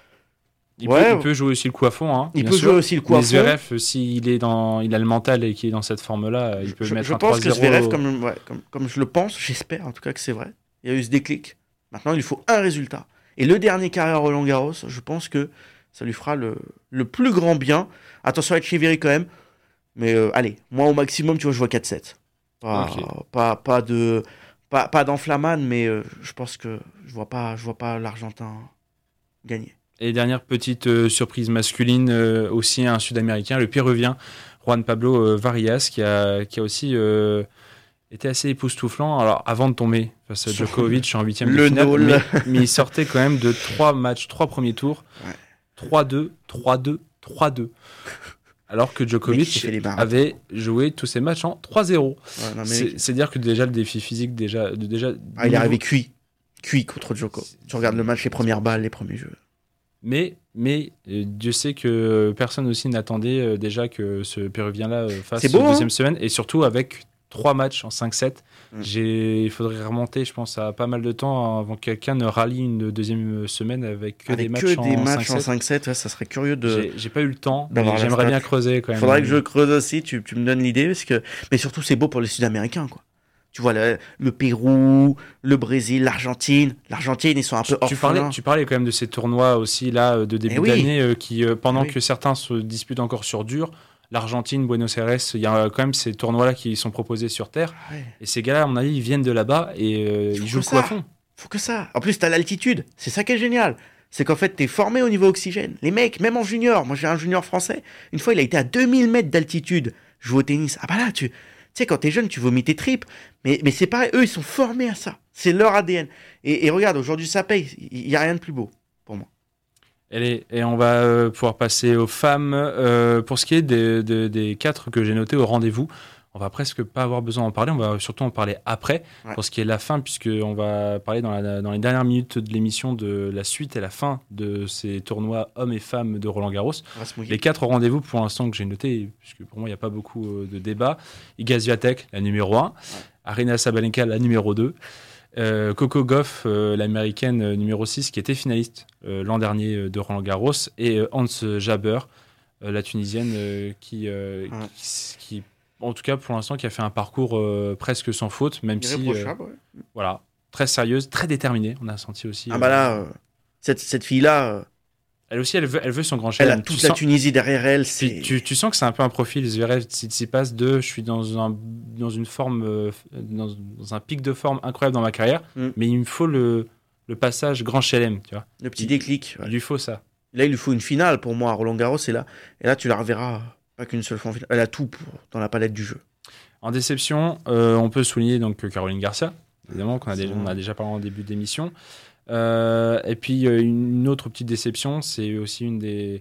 S4: Il,
S5: ouais.
S4: peut, il peut jouer aussi le coup à fond. Hein,
S5: il peut sûr. jouer aussi le coup à fond.
S4: Mais Zverev, s'il est dans, il a le mental et qu'il est dans cette forme-là, il peut
S5: je,
S4: mettre
S5: je
S4: un
S5: pense
S4: trois zéro.
S5: Que Zverev, comme, ouais, comme, comme je le pense, j'espère en tout cas que c'est vrai. Il y a eu ce déclic. Maintenant, il faut un résultat. Et le dernier carrière Roland Garros, je pense que ça lui fera le, le plus grand bien. Attention à Etcheverry quand même. Mais euh, allez, moi au maximum, tu vois, je vois quatre sept. Pas, okay. pas, pas, de, pas, pas d'enflammade, mais euh, je pense que je vois pas, je vois pas l'Argentin gagner.
S4: Et dernière petite euh, surprise masculine, euh, aussi un Sud-Américain, le Péruvien, Juan Pablo euh, Varillas, qui a, qui a aussi euh, été assez époustouflant. Alors, avant de tomber face à Djokovic en huitième de finale, mais, mais il sortait quand même de trois matchs, trois premiers tours, ouais. trois deux, trois deux, trois deux. Alors que Djokovic avait joué tous ses matchs en trois zéro. Ouais, non, c'est, c'est dire que déjà le défi physique, déjà... De, déjà
S5: ah, il est arrivé cuit. Cuit contre Djoko. Tu regardes le match, les premières balles, les premiers jeux.
S4: Mais, mais euh, Dieu sait que personne aussi n'attendait euh, déjà que ce Péruvien-là euh, fasse
S5: beau,
S4: la deuxième
S5: hein
S4: semaine. Et surtout avec trois matchs en cinq sept. Mmh. J'ai, il faudrait remonter, je pense, à pas mal de temps avant que quelqu'un ne rallie une deuxième semaine avec que
S5: avec
S4: des matchs,
S5: que
S4: en,
S5: des matchs en
S4: cinq sept.
S5: Ouais, ça serait curieux de...
S4: J'ai, j'ai pas eu le temps, mais j'aimerais bien creuser quand même.
S5: Faudrait que je creuse aussi, tu, tu me donnes l'idée. Parce que... Mais surtout, c'est beau pour les Sud-Américains, quoi. Tu vois, le, le Pérou, le Brésil, l'Argentine. L'Argentine, ils sont un peu
S4: tu, tu parlais, tu parlais quand même de ces tournois aussi, là, de début oui. d'année, euh, qui, euh, pendant oui. que certains se disputent encore sur dur, l'Argentine, Buenos Aires, il y a quand même ces tournois-là qui sont proposés sur terre. Ouais. Et ces gars-là, à mon avis, ils viennent de là-bas et euh, ils jouent le coup à fond.
S5: Faut que ça. En plus, t'as l'altitude. C'est ça qui est génial. C'est qu'en fait, t'es formé au niveau oxygène. Les mecs, même en junior, moi j'ai un junior français, une fois, il a été à deux mille mètres d'altitude, jouer au tennis. Ah bah là, tu... Tu sais, quand t'es jeune, tu vomis tes tripes. Mais, mais c'est pareil, eux, ils sont formés à ça. C'est leur A D N. Et, et regarde, aujourd'hui, ça paye. Il n'y a rien de plus beau, pour moi.
S4: Allez, et on va euh, pouvoir passer aux femmes. Euh, pour ce qui est des, des, des quatre que j'ai notés au rendez-vous, on va presque pas avoir besoin d'en parler. On va surtout en parler après, ouais. pour ce qui est de la fin, puisqu'on va parler dans, la, dans les dernières minutes de l'émission de la suite et la fin de ces tournois hommes et femmes de Roland-Garros. Les quatre au rendez-vous, pour l'instant, que j'ai notés, puisque pour moi, il n'y a pas beaucoup de débats. Iga Swiatek, la numéro un. Ouais. Aryna Sabalenka, la numéro deux. Euh, Coco Gauff, euh, l'américaine euh, numéro six, qui était finaliste euh, l'an dernier euh, de Roland-Garros. Et euh, Hans Jabeur, euh, la tunisienne, euh, qui, euh, ouais. qui, qui en tout cas, pour l'instant, qui a fait un parcours euh, presque sans faute, même si, euh,
S5: ouais.
S4: voilà, très sérieuse, très déterminée. On a senti aussi.
S5: Ah bah là, euh, cette, cette fille-là, euh,
S4: elle aussi, elle veut, elle veut son grand chelem.
S5: Elle a toute tu la sens, Tunisie derrière elle. C'est...
S4: Tu, tu sens que c'est un peu un profil Zverev Tsitsipas de, je suis dans un, dans une forme, euh, dans, dans un pic de forme incroyable dans ma carrière, mm. mais il me faut le, le passage grand chelem, tu vois.
S5: Le petit
S4: il,
S5: déclic.
S4: Ouais. Il lui faut ça.
S5: Là, il lui faut une finale pour moi à Roland Garros, et là, et là, tu la reverras. Pas qu'une seule fois en finale. Elle a tout pour, dans la palette du jeu.
S4: En déception, euh, on peut souligner donc Caroline Garcia, évidemment, qu'on a déjà, on a déjà parlé en début d'émission. Euh, et puis, euh, une autre petite déception, c'est aussi une des,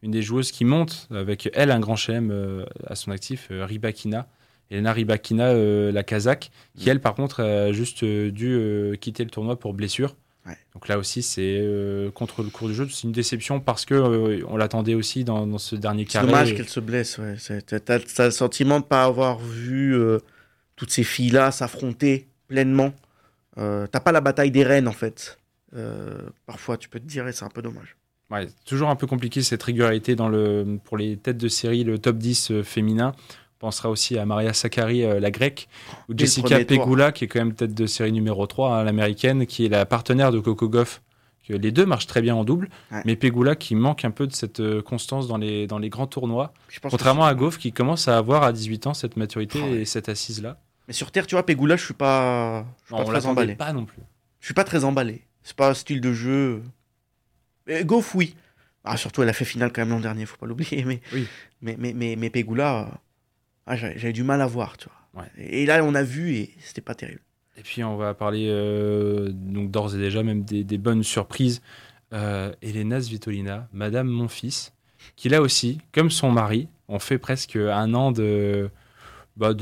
S4: une des joueuses qui monte avec elle un grand chelem euh, à son actif, euh, Rybakina. Elena Rybakina, euh, la Kazakh, qui elle par contre a juste euh, dû euh, quitter le tournoi pour blessure.
S5: Ouais.
S4: Donc là aussi c'est euh, contre le cours du jeu, c'est une déception parce que euh, on l'attendait aussi dans, dans ce dernier
S5: C'est
S4: carré.
S5: dommage
S4: et...
S5: qu'elle se blesse. Ouais. C'est, t'as, t'as, t'as le sentiment de ne pas avoir vu euh, toutes ces filles-là s'affronter pleinement. Euh, t'as pas la bataille des reines en fait. Euh, parfois tu peux te dire et c'est un peu dommage.
S4: Ouais, toujours un peu compliqué cette régularité dans le, pour les têtes de série, le top dix euh, féminin. On pensera aussi à Maria Sakkari, euh, la grecque, ou
S5: Dès le
S4: Jessica
S5: premier tour.
S4: Pegula, qui est quand même tête de série numéro trois, hein, l'américaine, qui est la partenaire de Coco Gauff. Que les deux marchent très bien en double,
S5: Ouais.
S4: mais Pegula qui manque un peu de cette euh, constance dans les, dans les grands tournois,
S5: Je pense
S4: contrairement
S5: que-
S4: à Gauff qui commence à avoir à dix-huit ans cette maturité
S5: Oh, ouais.
S4: et cette assise-là.
S5: Mais sur terre, tu vois, Pegula, je suis pas, je suis
S4: Non,
S5: pas
S4: on
S5: très emballé.
S4: l'attendait pas non plus.
S5: Je suis pas très emballé. C'est pas un style de jeu. Et Goff, oui. Ah, surtout, elle a fait finale quand même l'an dernier, faut pas l'oublier. Mais,
S4: Oui.
S5: mais, mais, mais, mais Pegula, euh, ah, j'avais, j'avais du mal à voir, tu vois.
S4: Ouais.
S5: Et là, on a vu et c'était pas terrible.
S4: Et puis on va parler euh, donc d'ores et déjà même des, des bonnes surprises. Euh, Elena Svitolina, Madame mon fils, qui là aussi, comme son mari, ont fait presque un an de, bah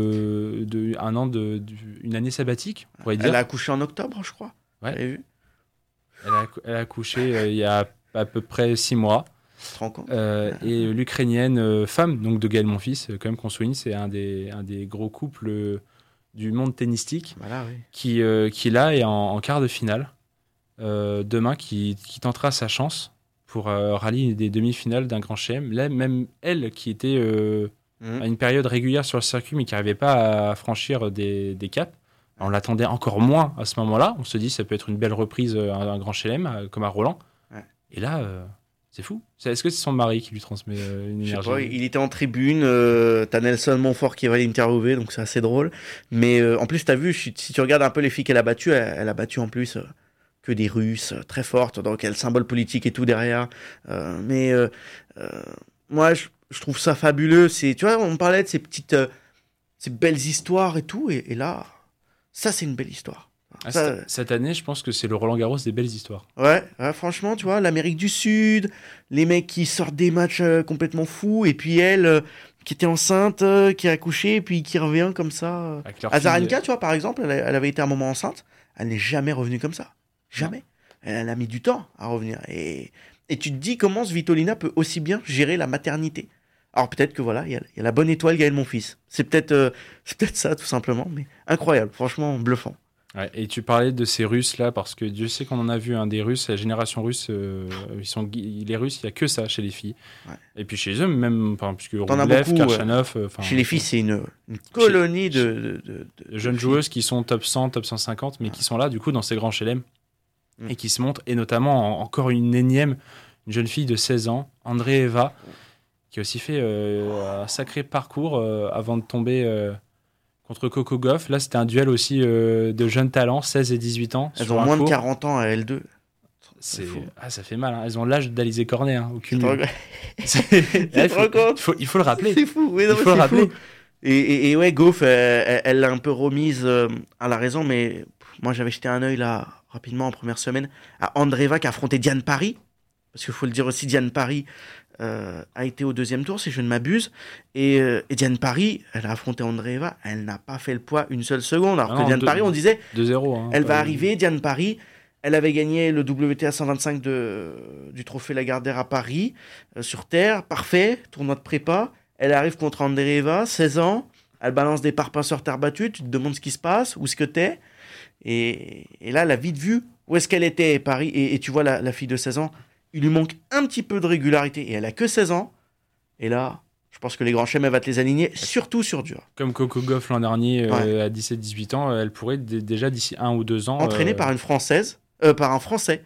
S4: de, de un an de, de- une année sabbatique, on pourrait dire.
S5: Elle a accouché en octobre, je crois.
S4: Ouais.
S5: Vous avez vu?
S4: Elle a, elle a accouché euh, il y a à peu près six mois.
S5: Tu te rends compte?
S4: Euh, et l'Ukrainienne euh, femme, donc de Gaël Monfils, euh, quand même qu'on souligne, c'est un des, un des gros couples euh, du monde tennistique
S5: Voilà, oui.
S4: qui, euh, qui là est en, en quart de finale euh, demain, qui, qui tentera sa chance pour euh, rallier des demi-finales d'un grand chelem. Là, même elle qui était euh,
S5: Mhm.
S4: à une période régulière sur le circuit, mais qui n'arrivait pas à franchir des, des caps, on l'attendait encore moins à ce moment-là. On se dit ça peut être une belle reprise, euh, un, un grand chelem, euh, comme à Roland.
S5: Ouais.
S4: Et là, euh, c'est fou. C'est- Est-ce que c'est son mari qui lui transmet euh, une
S5: Je sais
S4: énergie
S5: pas, il était en tribune, euh, t'as Nelson Montfort qui va l'interviewer, donc c'est assez drôle. Mais euh, en plus, t'as vu, si si tu regardes un peu les filles qu'elle a battues, elle, elle a battu en plus euh, que des Russes, euh, très fortes, donc elle a le symbole politique et tout derrière. Euh, mais euh, euh, moi, je, je trouve ça fabuleux. C'est, tu vois, on parlait de ces petites, euh, ces belles histoires et tout, et, et là, ça, c'est une belle histoire.
S4: Ah,
S5: Ça,
S4: cette, cette année, je pense que c'est le Roland Garros des belles histoires.
S5: Ouais, ouais, franchement, tu vois, l'Amérique du Sud, les mecs qui sortent des matchs euh, complètement fous, et puis elle, euh, qui était enceinte, euh, qui a accouché, et puis qui revient comme ça. euh.
S4: Avec leur
S5: Azarenka,
S4: fille,
S5: tu vois, par exemple, elle, a- elle avait été un moment enceinte, elle n'est jamais revenue comme ça. Jamais. Elle, elle a mis du temps à revenir. Et, et tu te dis comment Svitolina peut aussi bien gérer la maternité. Alors peut-être que voilà, il y, a- il y a la bonne étoile Gaël Monfils. C'est peut-être euh, c'est peut-être ça, tout simplement, mais incroyable, franchement, bluffant.
S4: Ouais, et tu parlais de ces Russes là, parce que Dieu sait qu'on en a vu un des Russes, la génération russe, euh, ils sont, gui- les Russes, il n'y a que ça chez les filles.
S5: Ouais.
S4: Et puis chez eux, même, enfin, puisque
S5: T'en as
S4: Rublev,
S5: beaucoup,
S4: Karchanov, euh, enfin,
S5: Chez les filles, c'est une, une colonie de, de, de- de-
S4: de jeunes
S5: de
S4: joueuses qui sont top cent, top cent cinquante, mais qui sont là du coup dans ces grands chelem
S5: Mm.
S4: et qui se montrent, et notamment en- encore une énième, une jeune fille de seize ans, André Eva, qui a aussi fait euh, un sacré parcours euh, avant de tomber euh, contre Coco Gauff. Là, c'était un duel aussi euh, de jeunes talents, seize et dixhuit ans.
S5: Elles
S4: sur
S5: ont
S4: un
S5: moins de
S4: court.
S5: quarante ans à L deux.
S4: C'est...
S5: fou.
S4: Ah, ça fait mal. Hein. Elles ont l'âge d'Alizé Cornet. Hein, au
S5: Tu te
S4: cumul.
S5: rends-
S4: C'est-
S5: Tu te
S4: il, faut,
S5: rends compte
S4: il, faut, il faut le rappeler.
S5: C'est fou, oui, non,
S4: Il
S5: mais
S4: faut le
S5: c'est
S4: rappeler.
S5: fou. Et, et, et ouais, Goff, euh, elle elle l'a un peu remise euh, à la raison, mais pff, moi j'avais jeté un œil là, rapidement, en première semaine, à Andreeva qui a affronté Diane Paris. Parce qu'il faut le dire aussi, Diane Paris euh, a été au deuxième tour, si je ne m'abuse. Et, euh, et Diane Paris, elle a affronté Andreeva, elle n'a pas fait le poids une seule seconde. Alors
S4: Ah
S5: que
S4: non,
S5: Diane
S4: deux-
S5: Paris, on disait,
S4: deux zéro. Hein,
S5: elle
S4: pas-
S5: va arriver, Diane Paris. Elle avait gagné le W T A cent vingt-cinq de, du Trophée Lagardère à Paris, euh, sur terre, parfait, tournoi de prépa. Elle arrive contre Andreeva, seize ans. Elle balance des parpaings sur terre battue. Tu te demandes ce qui se passe, où est-ce que t'es. Et, et là, elle a vite vu où est-ce qu'elle était, Paris. Et, et tu vois, la, la fille de seize ans, il lui manque un petit peu de régularité. Et elle a que seize ans. Et là, je pense que les grands chemins, elle va te les aligner, surtout sur dur.
S4: Comme Coco Gauff l'an dernier, euh,
S5: Ouais.
S4: à dix-sept dix-huit ans, euh, elle pourrait d- déjà d'ici un ou deux ans.
S5: Entraînée
S4: euh,
S5: par une Française, euh, par un Français,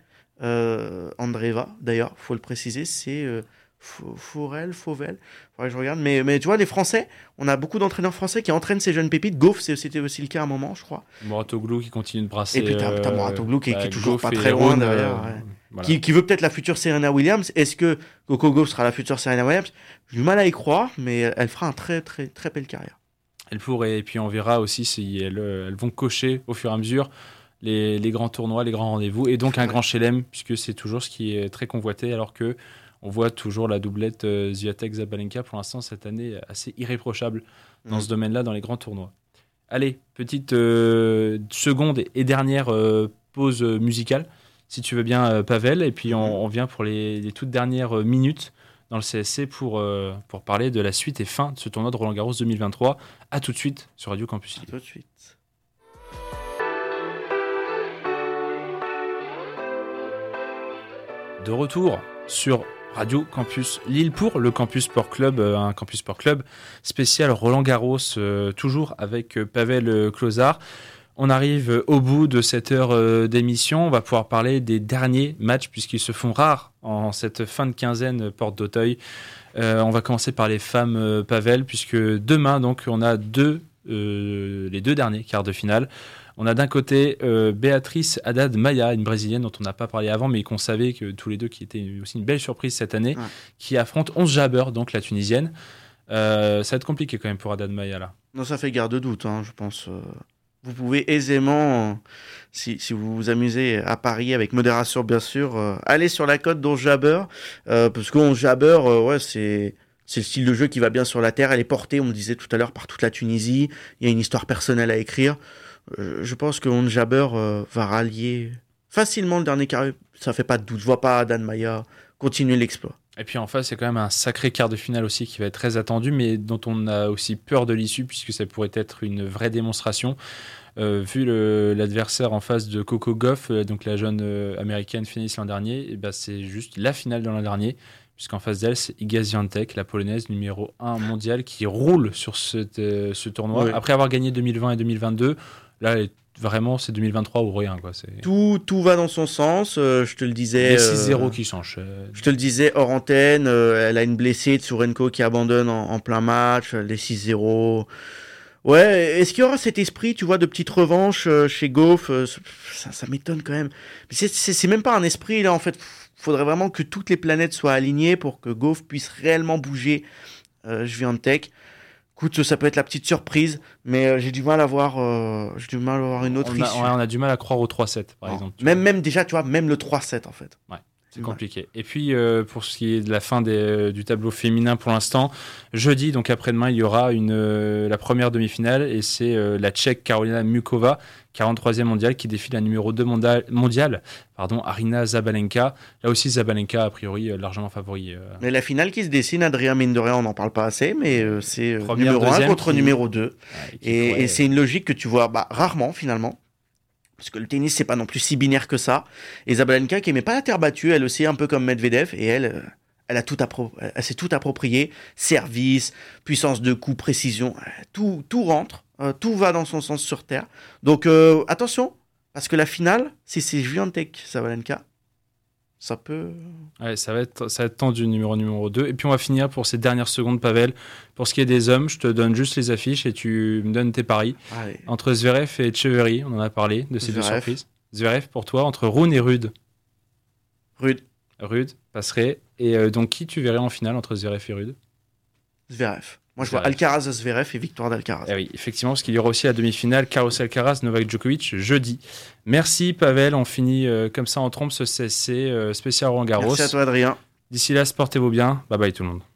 S5: euh, Andreeva, d'ailleurs, faut le préciser, c'est euh, Fo- Forel, Fauvel, faudrait que je regarde, mais, mais tu vois, les Français, on a beaucoup d'entraîneurs français qui entraînent ces jeunes pépites. Goff, c'est- c'était aussi le cas à un moment, je crois,
S4: Mouratoglou qui continue de brasser.
S5: Et puis t'as- t'as
S4: euh,
S5: Mouratoglou qui est- qui est toujours
S4: Gauff
S5: pas
S4: et
S5: très loin
S4: Rune,
S5: derrière,
S4: euh,
S5: ouais.
S4: voilà.
S5: qui, qui veut peut-être la future Serena Williams. Est-ce que Coco Gauff sera la future Serena Williams? J'ai du mal à y croire, mais elle fera un très, très, très belle carrière.
S4: Elle pourrait, et puis on verra aussi si elles, euh, elles vont cocher au fur et à mesure les, les grands tournois, les grands rendez-vous, et donc un
S5: Ouais.
S4: grand chelem, puisque c'est toujours ce qui est très convoité, alors que on voit toujours la doublette euh, Swiatek-Zabalenka pour l'instant cette année assez irréprochable dans mmh. ce domaine-là dans les grands tournois. Allez, petite euh, seconde et dernière euh, pause musicale, si tu veux bien, euh, Pavel, et puis on, on vient pour les, les toutes dernières minutes dans le C S C pour, euh, pour parler de la suite et fin de ce tournoi de Roland-Garros deux mille vingt-trois. À tout de suite sur Radio Campus Lille.
S5: À tout de suite.
S4: De retour sur Radio Campus Lille pour le Campus Sport Club, euh, un Campus Sport Club spécial Roland-Garros, euh, toujours avec euh, Pavel Klosar. On arrive au bout de cette heure euh, d'émission. On va pouvoir parler des derniers matchs puisqu'ils se font rares en cette fin de quinzaine porte d'Auteuil. Euh, on va commencer par les femmes, euh, Pavel, puisque demain, donc, on a deux, euh, les deux derniers quarts de finale. On a d'un côté euh, Béatrice Haddad-Maia, une Brésilienne dont on n'a pas parlé avant, mais qu'on savait que tous les deux, qui était aussi une belle surprise cette année, ouais. qui affronte Ons Jabeur, donc la Tunisienne. Euh, ça va être compliqué quand même pour Haddad-Maia là.
S5: Non, ça fait garde de doute, hein, je pense. Euh, vous pouvez aisément, euh, si, si vous vous amusez à Paris avec modération bien sûr, euh, aller sur la cote d'Ons Jabeur, euh, parce qu'Ons Jabeur, euh, ouais, c'est... C'est le style de jeu qui va bien sur la terre. Elle est portée, on le disait tout à l'heure, par toute la Tunisie. Il y a une histoire personnelle à écrire. Je pense que Ons Jabeur euh, va rallier facilement le dernier carré. Ça fait pas de doute. Je vois pas Haddad-Maia continuer l'exploit.
S4: Et puis en face, c'est quand même un sacré quart de finale aussi qui va être très attendu, mais dont on a aussi peur de l'issue puisque ça pourrait être une vraie démonstration. Euh, vu le, l'adversaire en face de Coco Gauff, euh, donc la jeune euh, américaine finaliste l'an dernier, et ben c'est juste la finale de l'an dernier. Puisqu'en face d'elle, c'est Iga Świątek, la polonaise numéro un mondiale, qui roule sur ce, euh, ce tournoi. Oui. Après avoir gagné deux mille vingt et deux mille vingt-deux, là, vraiment, c'est deux mille vingt-trois ou rien. Quoi. C'est...
S5: Tout, tout va dans son sens. Euh, je te le disais.
S4: Les six zéro euh, qui changent. Euh...
S5: Je te le disais hors antenne. Euh, elle a une blessée, Tsurenko, qui abandonne en, en plein match. Les six zéro. Ouais, est-ce qu'il y aura cet esprit, tu vois, de petite revanche euh, chez Gauff euh, ça, ça m'étonne quand même. Mais c'est, c'est, c'est même pas un esprit, là, en fait. Il faudrait vraiment que toutes les planètes soient alignées pour que Gauff puisse réellement bouger euh, Świątek. Écoute, ça peut être la petite surprise, mais euh, j'ai du mal à voir, euh, j'ai du mal à voir une autre
S4: on a,
S5: issue.
S4: Ouais, on a du mal à croire au trois sept, par non. exemple.
S5: Même, même déjà, tu vois, même le trois sept, en fait.
S4: Ouais. C'est compliqué. Et puis, euh, pour ce qui est de la fin des, euh, du tableau féminin pour l'instant, jeudi, donc après-demain, il y aura une, euh, la première demi-finale et c'est euh, la Tchèque Karolina Mukova, quarante-troisième mondiale, qui défie la numéro deux mondiale, mondiale pardon, Aryna Zabalenka. Là aussi, Zabalenka, a priori, euh, largement favori. Euh...
S5: Mais la finale qui se dessine, Adrien, mine de rien, on n'en parle pas assez, mais euh, c'est euh, numéro un contre qui... numéro deux. Ouais, et, et, pourrait... et c'est une logique que tu vois bah, rarement, finalement. Parce que le tennis, c'est pas non plus si binaire que ça. Et Zabalenka, qui aimait pas la terre battue, elle aussi, un peu comme Medvedev, et elle, elle a tout appro- elle s'est tout approprié. Service, puissance de coup, précision, tout, tout rentre, euh, tout va dans son sens sur terre. Donc, euh, attention, parce que la finale, si c'est Świątek Zabalenka, ça peut...
S4: Ouais, ça va être, ça va être tendu, numéro numéro deux. Et puis, on va finir pour ces dernières secondes, Pavel. Pour ce qui est des hommes, je te donne juste les affiches et tu me donnes tes paris. Allez. Entre Zverev et Etcheverry, on en a parlé, de ces Zverev. deux surprises. Zverev, pour toi, entre Rune et Rude.
S5: Rude.
S4: Rude, passerait. Et euh, donc, qui tu verrais en finale entre Zverev et Rude ?
S5: Zverev. Moi, je vois Alcaraz, Zverev et victoire d'Alcaraz.
S4: Eh oui, effectivement, parce qu'il y aura aussi la demi-finale Carlos Alcaraz, Novak Djokovic, jeudi. Merci, Pavel. On finit euh, comme ça en trompe ce C S C euh, spécial Roland-Garros.
S5: Merci à toi, Adrien.
S4: D'ici là, portez-vous bien. Bye bye tout le monde.